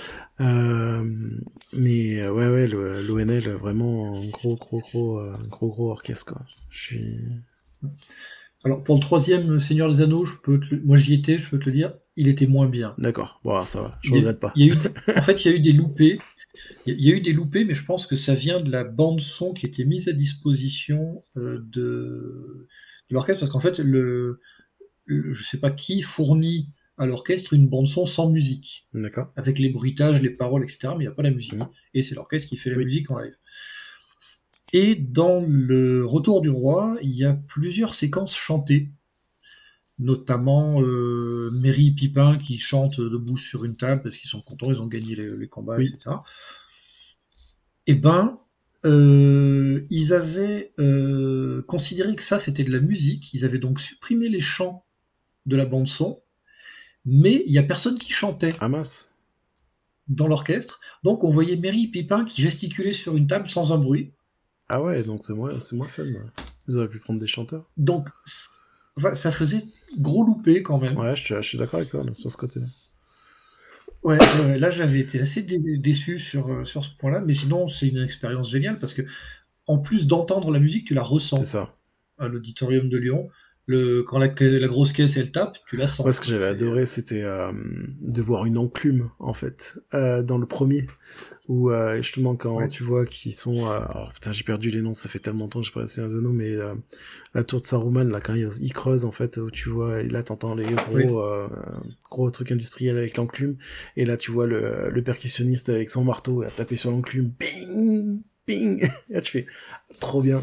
Mais ouais, l'ONL, vraiment un gros orchestre, quoi. Alors, pour le troisième Seigneur des Anneaux, moi j'y étais, je peux te le dire, il était moins bien. D'accord, bon, ça va, je regrette pas. En fait, il y a eu des loupés. Il y a eu des loupés, mais je pense que ça vient de la bande-son qui était mise à disposition de l'orchestre, parce qu'en fait, je sais pas qui fournit à l'orchestre une bande-son sans musique. D'accord. Avec les bruitages, les paroles, etc., mais il n'y a pas la musique. Et c'est l'orchestre qui fait la musique en live. Et dans le Retour du Roi, il y a plusieurs séquences chantées, notamment Merry et Pipin qui chantent debout sur une table parce qu'ils sont contents, ils ont gagné les combats, etc. Eh ben, ils avaient considéré que ça c'était de la musique, ils avaient donc supprimé les chants de la bande son, mais il n'y a personne qui chantait. Ah mince. Dans l'orchestre, donc on voyait Merry et Pipin qui gesticulaient sur une table sans un bruit. Ah ouais, donc c'est moins fun. Ils auraient pu prendre des chanteurs. Donc ça faisait gros loupé quand même. Ouais, je suis d'accord avec toi sur ce côté-là. Ouais, là j'avais été assez déçu sur ce point-là, mais sinon c'est une expérience géniale parce que en plus d'entendre la musique, tu la ressens. C'est ça. À l'auditorium de Lyon, quand la grosse caisse elle tape, tu la sens. Moi, ce que j'avais adoré, c'était de voir une enclume en fait dans le premier. Où justement quand tu vois qu'ils sont putain, j'ai perdu les noms, ça fait tellement longtemps que j'ai pas passé un anneau, mais la tour de Saruman, là, quand ils creusent en fait, où tu vois, et là t'entends les gros trucs industriels avec l'enclume, et là tu vois le percussionniste avec son marteau à taper sur l'enclume, ping ping, et là tu fais trop bien.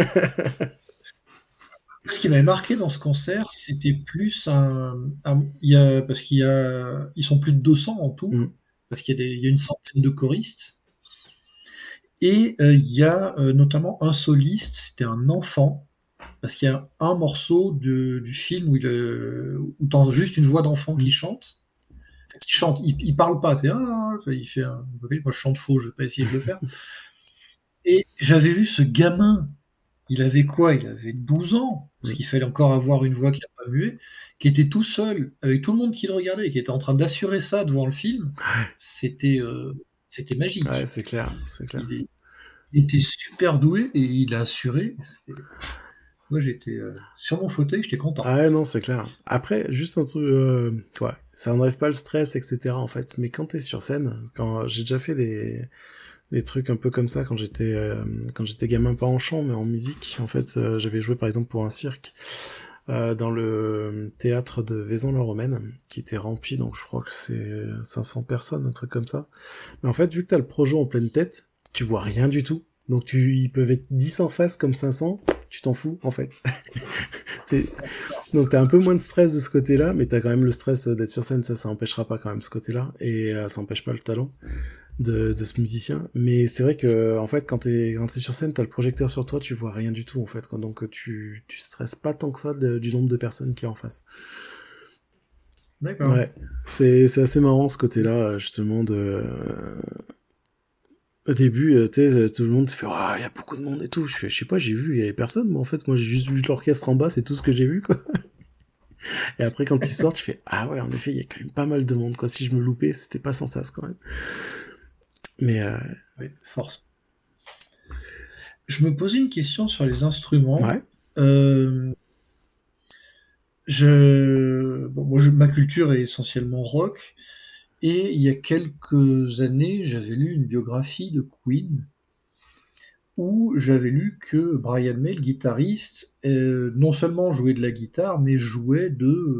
Ce qui m'avait marqué dans ce concert, c'était plus parce ils sont plus de 200 en tout, parce qu'il y a une centaine de choristes. Et il y a notamment un soliste, c'était un enfant, parce qu'il y a un morceau du film où tu entends juste une voix d'enfant qui chante. Qui chante, il parle pas, il fait moi je chante faux, je vais pas essayer de le faire. Et j'avais vu ce gamin il avait quoi? Il avait 12 ans, parce qu'il fallait encore avoir une voix qui n'a pas mué, qui était tout seul, avec tout le monde qui le regardait, et qui était en train d'assurer ça devant le film. C'était Ouais, magique. c'est clair, c'est clair. Il était super doué et il a assuré. Moi, j'étais sur mon fauteuil, j'étais content. Ah ouais, non, c'est clair. Après, juste un truc, ouais, ça enlève pas le stress, etc. en fait. Mais quand t'es sur scène, quand j'ai déjà fait des trucs un peu comme ça quand j'étais gamin, pas en chant, mais en musique. En fait, j'avais joué par exemple pour un cirque dans le théâtre de Vaison-la-Romaine, qui était rempli, donc je crois que c'est 500 personnes, un truc comme ça. Mais en fait, vu que t'as le projet en pleine tête, tu vois rien du tout. Donc ils peuvent être 10 en face comme 500, tu t'en fous en fait. Donc t'as un peu moins de stress de ce côté-là, mais t'as quand même le stress d'être sur scène, ça empêchera pas quand même ce côté-là, et ça empêche pas le talent de ce musicien. Mais c'est vrai que en fait quand t'es sur scène, t'as le projecteur sur toi, tu vois rien du tout en fait, quoi. Donc tu stresses pas tant que ça du nombre de personnes qui est en face. D'accord. Ouais, c'est assez marrant ce côté-là justement de au début, tu sais, tout le monde se fait ah, il y a beaucoup de monde et tout. Je sais pas, j'ai vu, il y avait personne, mais en fait, moi j'ai juste vu l'orchestre en bas, c'est tout ce que j'ai vu, quoi. Et après, quand tu sors, tu fais ah ouais, en effet, il y a quand même pas mal de monde, quoi. Si je me loupais, c'était pas sans sas, quand même. Mais Oui, force. Je me posais une question sur les instruments. ouais, Ma culture est essentiellement rock, et il y a quelques années, j'avais lu une biographie de Queen où j'avais lu que Brian May, le guitariste, non seulement jouait de la guitare, mais jouait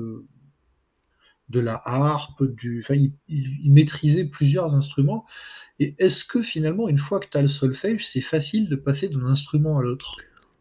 de la harpe, enfin, il maîtrisait plusieurs instruments. Et est-ce que finalement, une fois que tu as le solfège, c'est facile de passer d'un instrument à l'autre?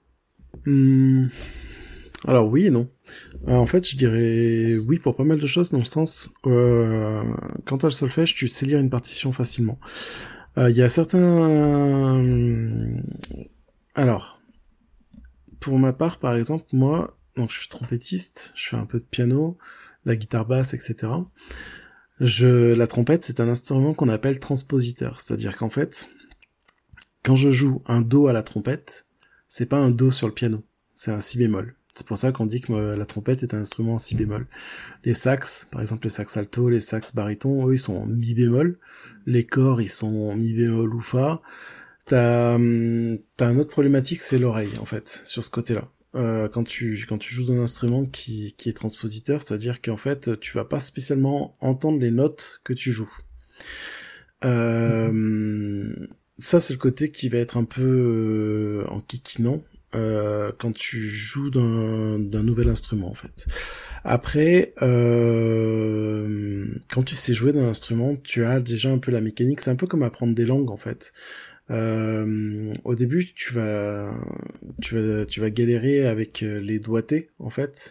Alors oui et non. En fait, je dirais oui pour pas mal de choses, dans le sens quand t'as le solfège, tu sais lire une partition facilement. Il y a certains... Alors, pour ma part, par exemple, moi, donc je suis trompettiste, je fais un peu de piano, la guitare basse, etc. La trompette, c'est un instrument qu'on appelle transpositeur, c'est-à-dire qu'en fait, quand je joue un do à la trompette, c'est pas un do sur le piano, c'est un si bémol. C'est pour ça qu'on dit que la trompette est un instrument en si bémol. Les sax, par exemple les sax alto, les sax baryton, eux ils sont en mi bémol. Les corps ils sont en mi bémol ou fa. T'as une autre problématique, c'est l'oreille en fait sur ce côté-là. Quand tu joues d'un instrument qui est transpositeur, c'est-à-dire qu'en fait tu vas pas spécialement entendre les notes que tu joues. Ça c'est le côté qui va être un peu enquiquinant quand tu joues d'un nouvel instrument en fait. Après, quand tu sais jouer d'un instrument, tu as déjà un peu la mécanique. C'est un peu comme apprendre des langues en fait. Au début, tu vas galérer avec les doigtés en fait.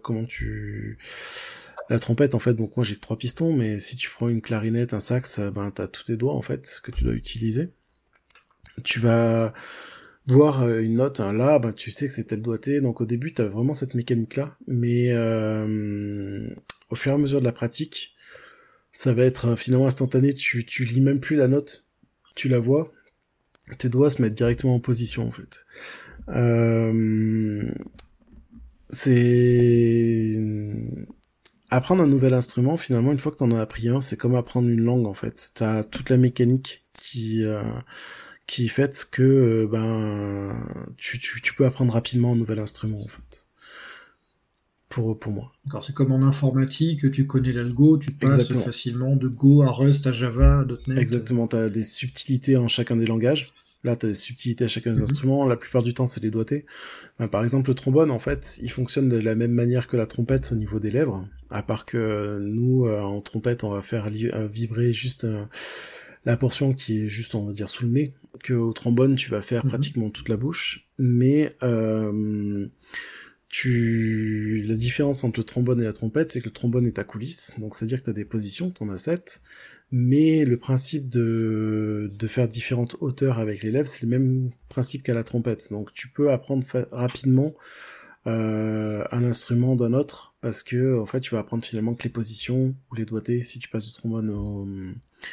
La trompette en fait. Donc moi j'ai que 3 pistons, mais si tu prends une clarinette, un sax, ben t'as tous tes doigts en fait que tu dois utiliser. Tu vas voir une note, un la, ben tu sais que c'est tel doigté. Donc au début, t'as vraiment cette mécanique-là, mais au fur et à mesure de la pratique, ça va être finalement instantané. Tu lis même plus la note, tu la vois. Tes doigts se mettent directement en position en fait. C'est apprendre un nouvel instrument. Finalement, une fois que t'en as appris un, c'est comme apprendre une langue en fait. T'as toute la mécanique qui fait que tu peux apprendre rapidement un nouvel instrument en fait. Pour moi. D'accord, c'est comme en informatique, tu connais l'algo, tu passes Exactement. facilement de Go à Rust à Java à .NET. Exactement, t'as des subtilités en chacun des langages. Là, t'as des subtilités à chacun des instruments. La plupart du temps, c'est les doigtés. Par exemple, le trombone, en fait, il fonctionne de la même manière que la trompette au niveau des lèvres. À part que nous, en trompette, on va faire vibrer juste la portion qui est juste, on va dire, sous le nez. Que au trombone, tu vas faire pratiquement toute la bouche. Mais la différence entre le trombone et la trompette, c'est que le trombone est à coulisses. Donc, c'est-à-dire que t'as des positions, t'en as 7. Mais le principe de faire différentes hauteurs avec les lèvres, c'est le même principe qu'à la trompette. Donc tu peux apprendre rapidement un instrument d'un autre, parce que en fait tu vas apprendre finalement que les positions ou les doigtés, si tu passes du trombone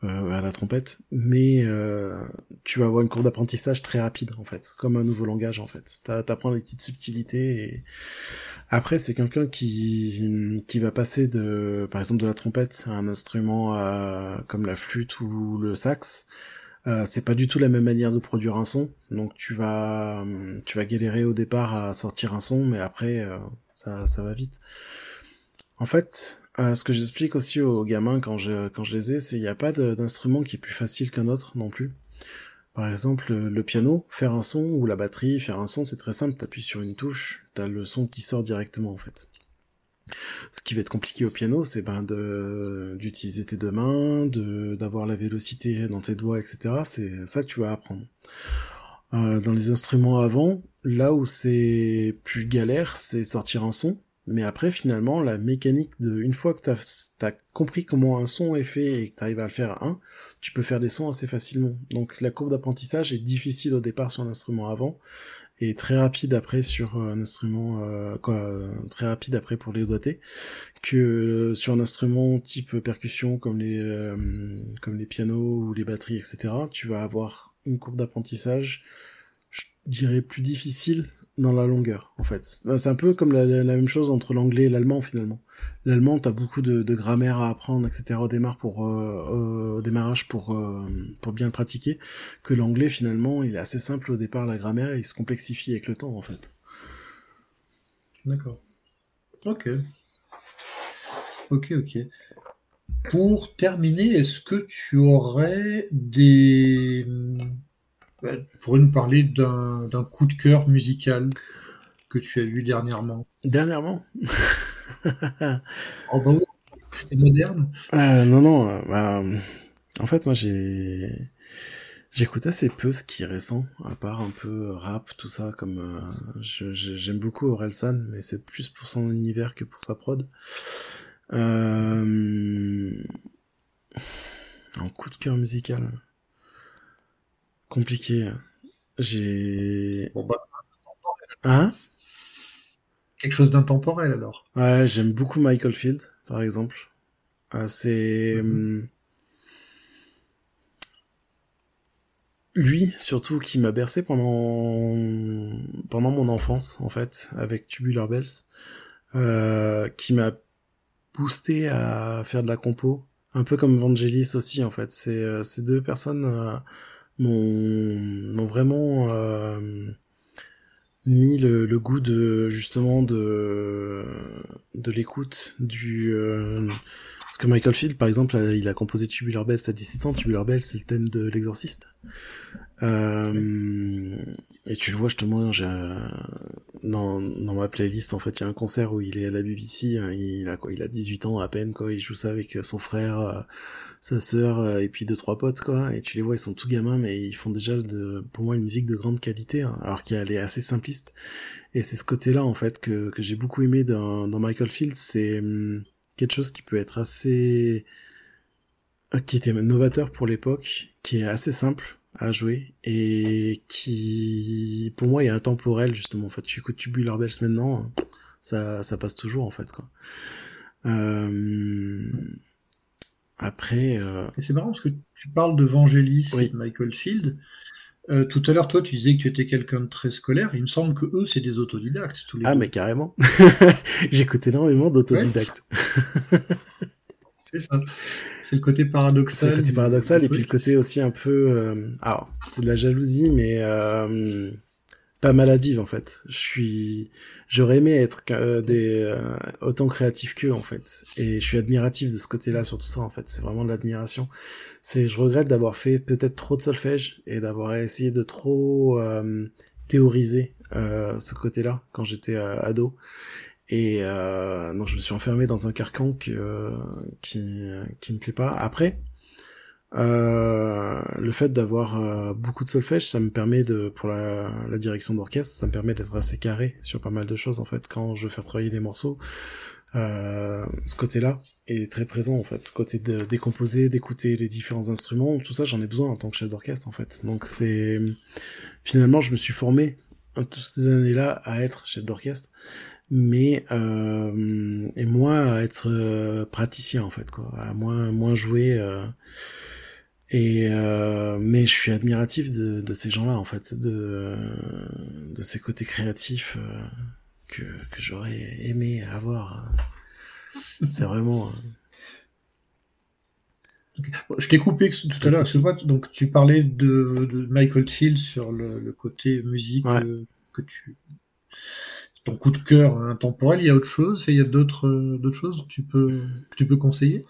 à la trompette, mais tu vas avoir une courbe d'apprentissage très rapide en fait, comme un nouveau langage en fait. T'apprends les petites subtilités et après c'est quelqu'un qui va passer de par exemple de la trompette à un instrument comme la flûte ou le sax. C'est pas du tout la même manière de produire un son, donc tu vas galérer au départ à sortir un son, mais après ça va vite. En fait, ce que j'explique aussi aux gamins quand je les ai, c'est il n'y a pas d'instrument qui est plus facile qu'un autre non plus. Par exemple, le piano, faire un son, ou la batterie, faire un son, c'est très simple, t'appuies sur une touche, t'as le son qui sort directement en fait. Ce qui va être compliqué au piano, c'est d'utiliser tes deux mains, d'avoir la vélocité dans tes doigts, etc. C'est ça que tu vas apprendre. Dans les instruments avant, là où c'est plus galère, c'est sortir un son. Mais après, finalement, la mécanique une fois que t'as compris comment un son est fait et que t'arrives à le faire à un, tu peux faire des sons assez facilement. Donc la courbe d'apprentissage est difficile au départ sur un instrument avant, et très rapide après sur un instrument, très rapide après pour les doigtés, que sur un instrument type percussion comme les pianos ou les batteries, etc. Tu vas avoir une courbe d'apprentissage, je dirais plus difficile dans la longueur, en fait. C'est un peu comme la même chose entre l'anglais et l'allemand, finalement. L'allemand, t'as beaucoup de grammaire à apprendre, etc. Au démarrage pour bien le pratiquer, que l'anglais, finalement, il est assez simple au départ, la grammaire, et il se complexifie avec le temps, en fait. D'accord. Ok. Pour terminer, est-ce que tu aurais des... Tu pourrais nous parler d'un coup de cœur musical que tu as vu dernièrement? Dernièrement Oh bah oui, c'était moderne. Non, en fait, moi, j'écoute assez peu ce qui est récent, à part un peu rap, tout ça, comme j'aime beaucoup Orelsan, mais c'est plus pour son univers que pour sa prod. Un coup de cœur musical. Compliqué. J'ai... Bon bah, Hein? quelque chose d'intemporel alors. Ouais, j'aime beaucoup Michael Field, par exemple. C'est... Mhm. Lui, surtout, qui m'a bercé pendant mon enfance, en fait, avec Tubular Bells, qui m'a boosté à faire de la compo, un peu comme Vangelis aussi, en fait. Ces deux personnes m'ont vraiment mis le goût justement de l'écoute parce que Michael Field, par exemple, il a composé Tubular Bells à 17 ans. Tubular Bells, c'est le thème de L'Exorciste. Et tu le vois justement, dans ma playlist, en fait, il y a un concert où il est à la BBC, il a 18 ans à peine, quoi, il joue ça avec son frère, sa sœur, et puis 2-3 potes, quoi, et tu les vois, ils sont tout gamins, mais ils font déjà pour moi, une musique de grande qualité, hein, alors qu'elle est assez simpliste. Et c'est ce côté-là, en fait, que j'ai beaucoup aimé dans Michael Field, c'est quelque chose qui peut être qui était novateur pour l'époque, qui est assez simple à jouer et qui, pour moi, est intemporel justement. En fait, tu écoutes Tubular Bells maintenant, ça passe toujours en fait quoi. Après, Et c'est marrant parce que tu parles de Vangelis et oui. de Michael Field. Tout à l'heure, toi, tu disais que tu étais quelqu'un de très scolaire. Il me semble que eux, c'est des autodidactes, tous les Ah deux. mais carrément. J'écoute énormément Ouais, d'autodidactes. c'est ça. C'est le côté C'est le paradoxal côté du paradoxal et puis le truc. côté aussi un peu, alors c'est de la jalousie mais pas maladive en fait. J'aurais aimé être autant créatif qu'eux en fait. Et je suis admiratif de ce côté-là sur tout ça en fait. C'est vraiment de l'admiration. Je regrette d'avoir fait peut-être trop de solfège et d'avoir essayé de trop théoriser ce côté-là quand j'étais ado. Et donc je me suis enfermé dans un carcan qui me plaît pas. Après, le fait d'avoir beaucoup de solfège, ça me permet pour la direction d'orchestre, ça me permet d'être assez carré sur pas mal de choses en fait quand je veux faire travailler les morceaux. Ce côté-là est très présent en fait, ce côté de décomposer, d'écouter les différents instruments, tout ça j'en ai besoin en tant que chef d'orchestre en fait. Donc finalement je me suis formé toutes ces années-là à être chef d'orchestre, mais et moi à être praticien en fait quoi, à moins jouer. Mais je suis admiratif de ces gens-là, en fait, de ces côtés créatifs que j'aurais aimé avoir. C'est vraiment... Je t'ai coupé tout à l'heure, excuse-moi, donc tu parlais de Michael Field sur le côté musique que ton coup de cœur intemporel. Il y a autre chose, il y a d'autres choses que tu peux conseiller?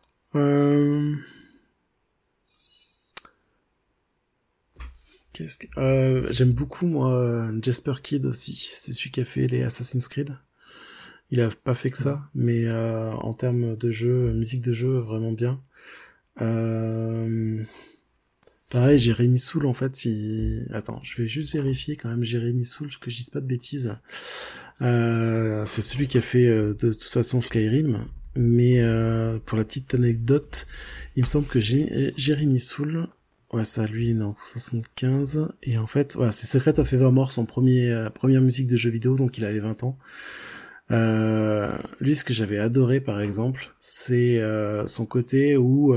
J'aime beaucoup, moi, Jasper Kidd aussi. C'est celui qui a fait les Assassin's Creed. Il a pas fait que ça, mais en termes de jeu, musique de jeu, vraiment bien. Pareil, Jérémy Soul, en fait, Attends, je vais juste vérifier quand même Jérémy Soul, que je dise pas de bêtises. C'est celui qui a fait de toute façon Skyrim, mais pour la petite anecdote, il me semble que Jérémy Soul, ouais, ça, lui, il est en 75, et en fait, ouais, c'est Secret of Evermore, son première musique de jeu vidéo, donc il avait 20 ans. Lui, ce que j'avais adoré, par exemple, c'est son côté où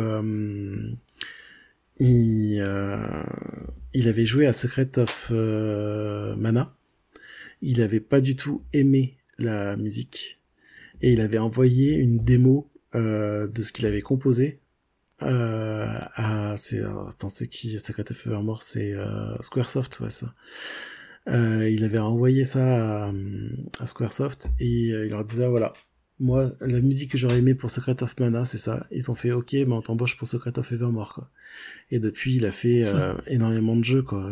il avait joué à Secret of Mana. Il avait pas du tout aimé la musique et il avait envoyé une démo de ce qu'il avait composé c'est qui Secret of Evermore, c'est Squaresoft, ouais, ça. Il avait envoyé ça à Squaresoft et il leur disait voilà, moi la musique que j'aurais aimé pour Secret of Mana c'est ça. Ils ont fait ok, mais on t'embauche pour Secret of Evermore, quoi. Et depuis il a fait énormément de jeux, quoi.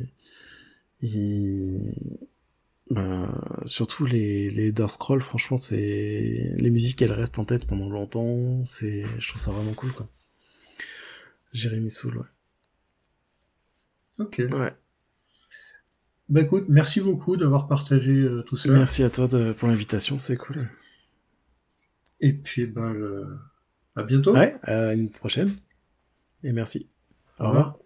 Surtout les Elder Scrolls, franchement, les musiques, elles restent en tête pendant longtemps. Je trouve ça vraiment cool, quoi. Jérémy Soul, ouais. Ok. Ouais. Bah écoute, merci beaucoup d'avoir partagé tout ça. Merci à toi pour l'invitation, c'est cool. Et puis à bientôt. Ouais, à une prochaine. Et merci. Au revoir.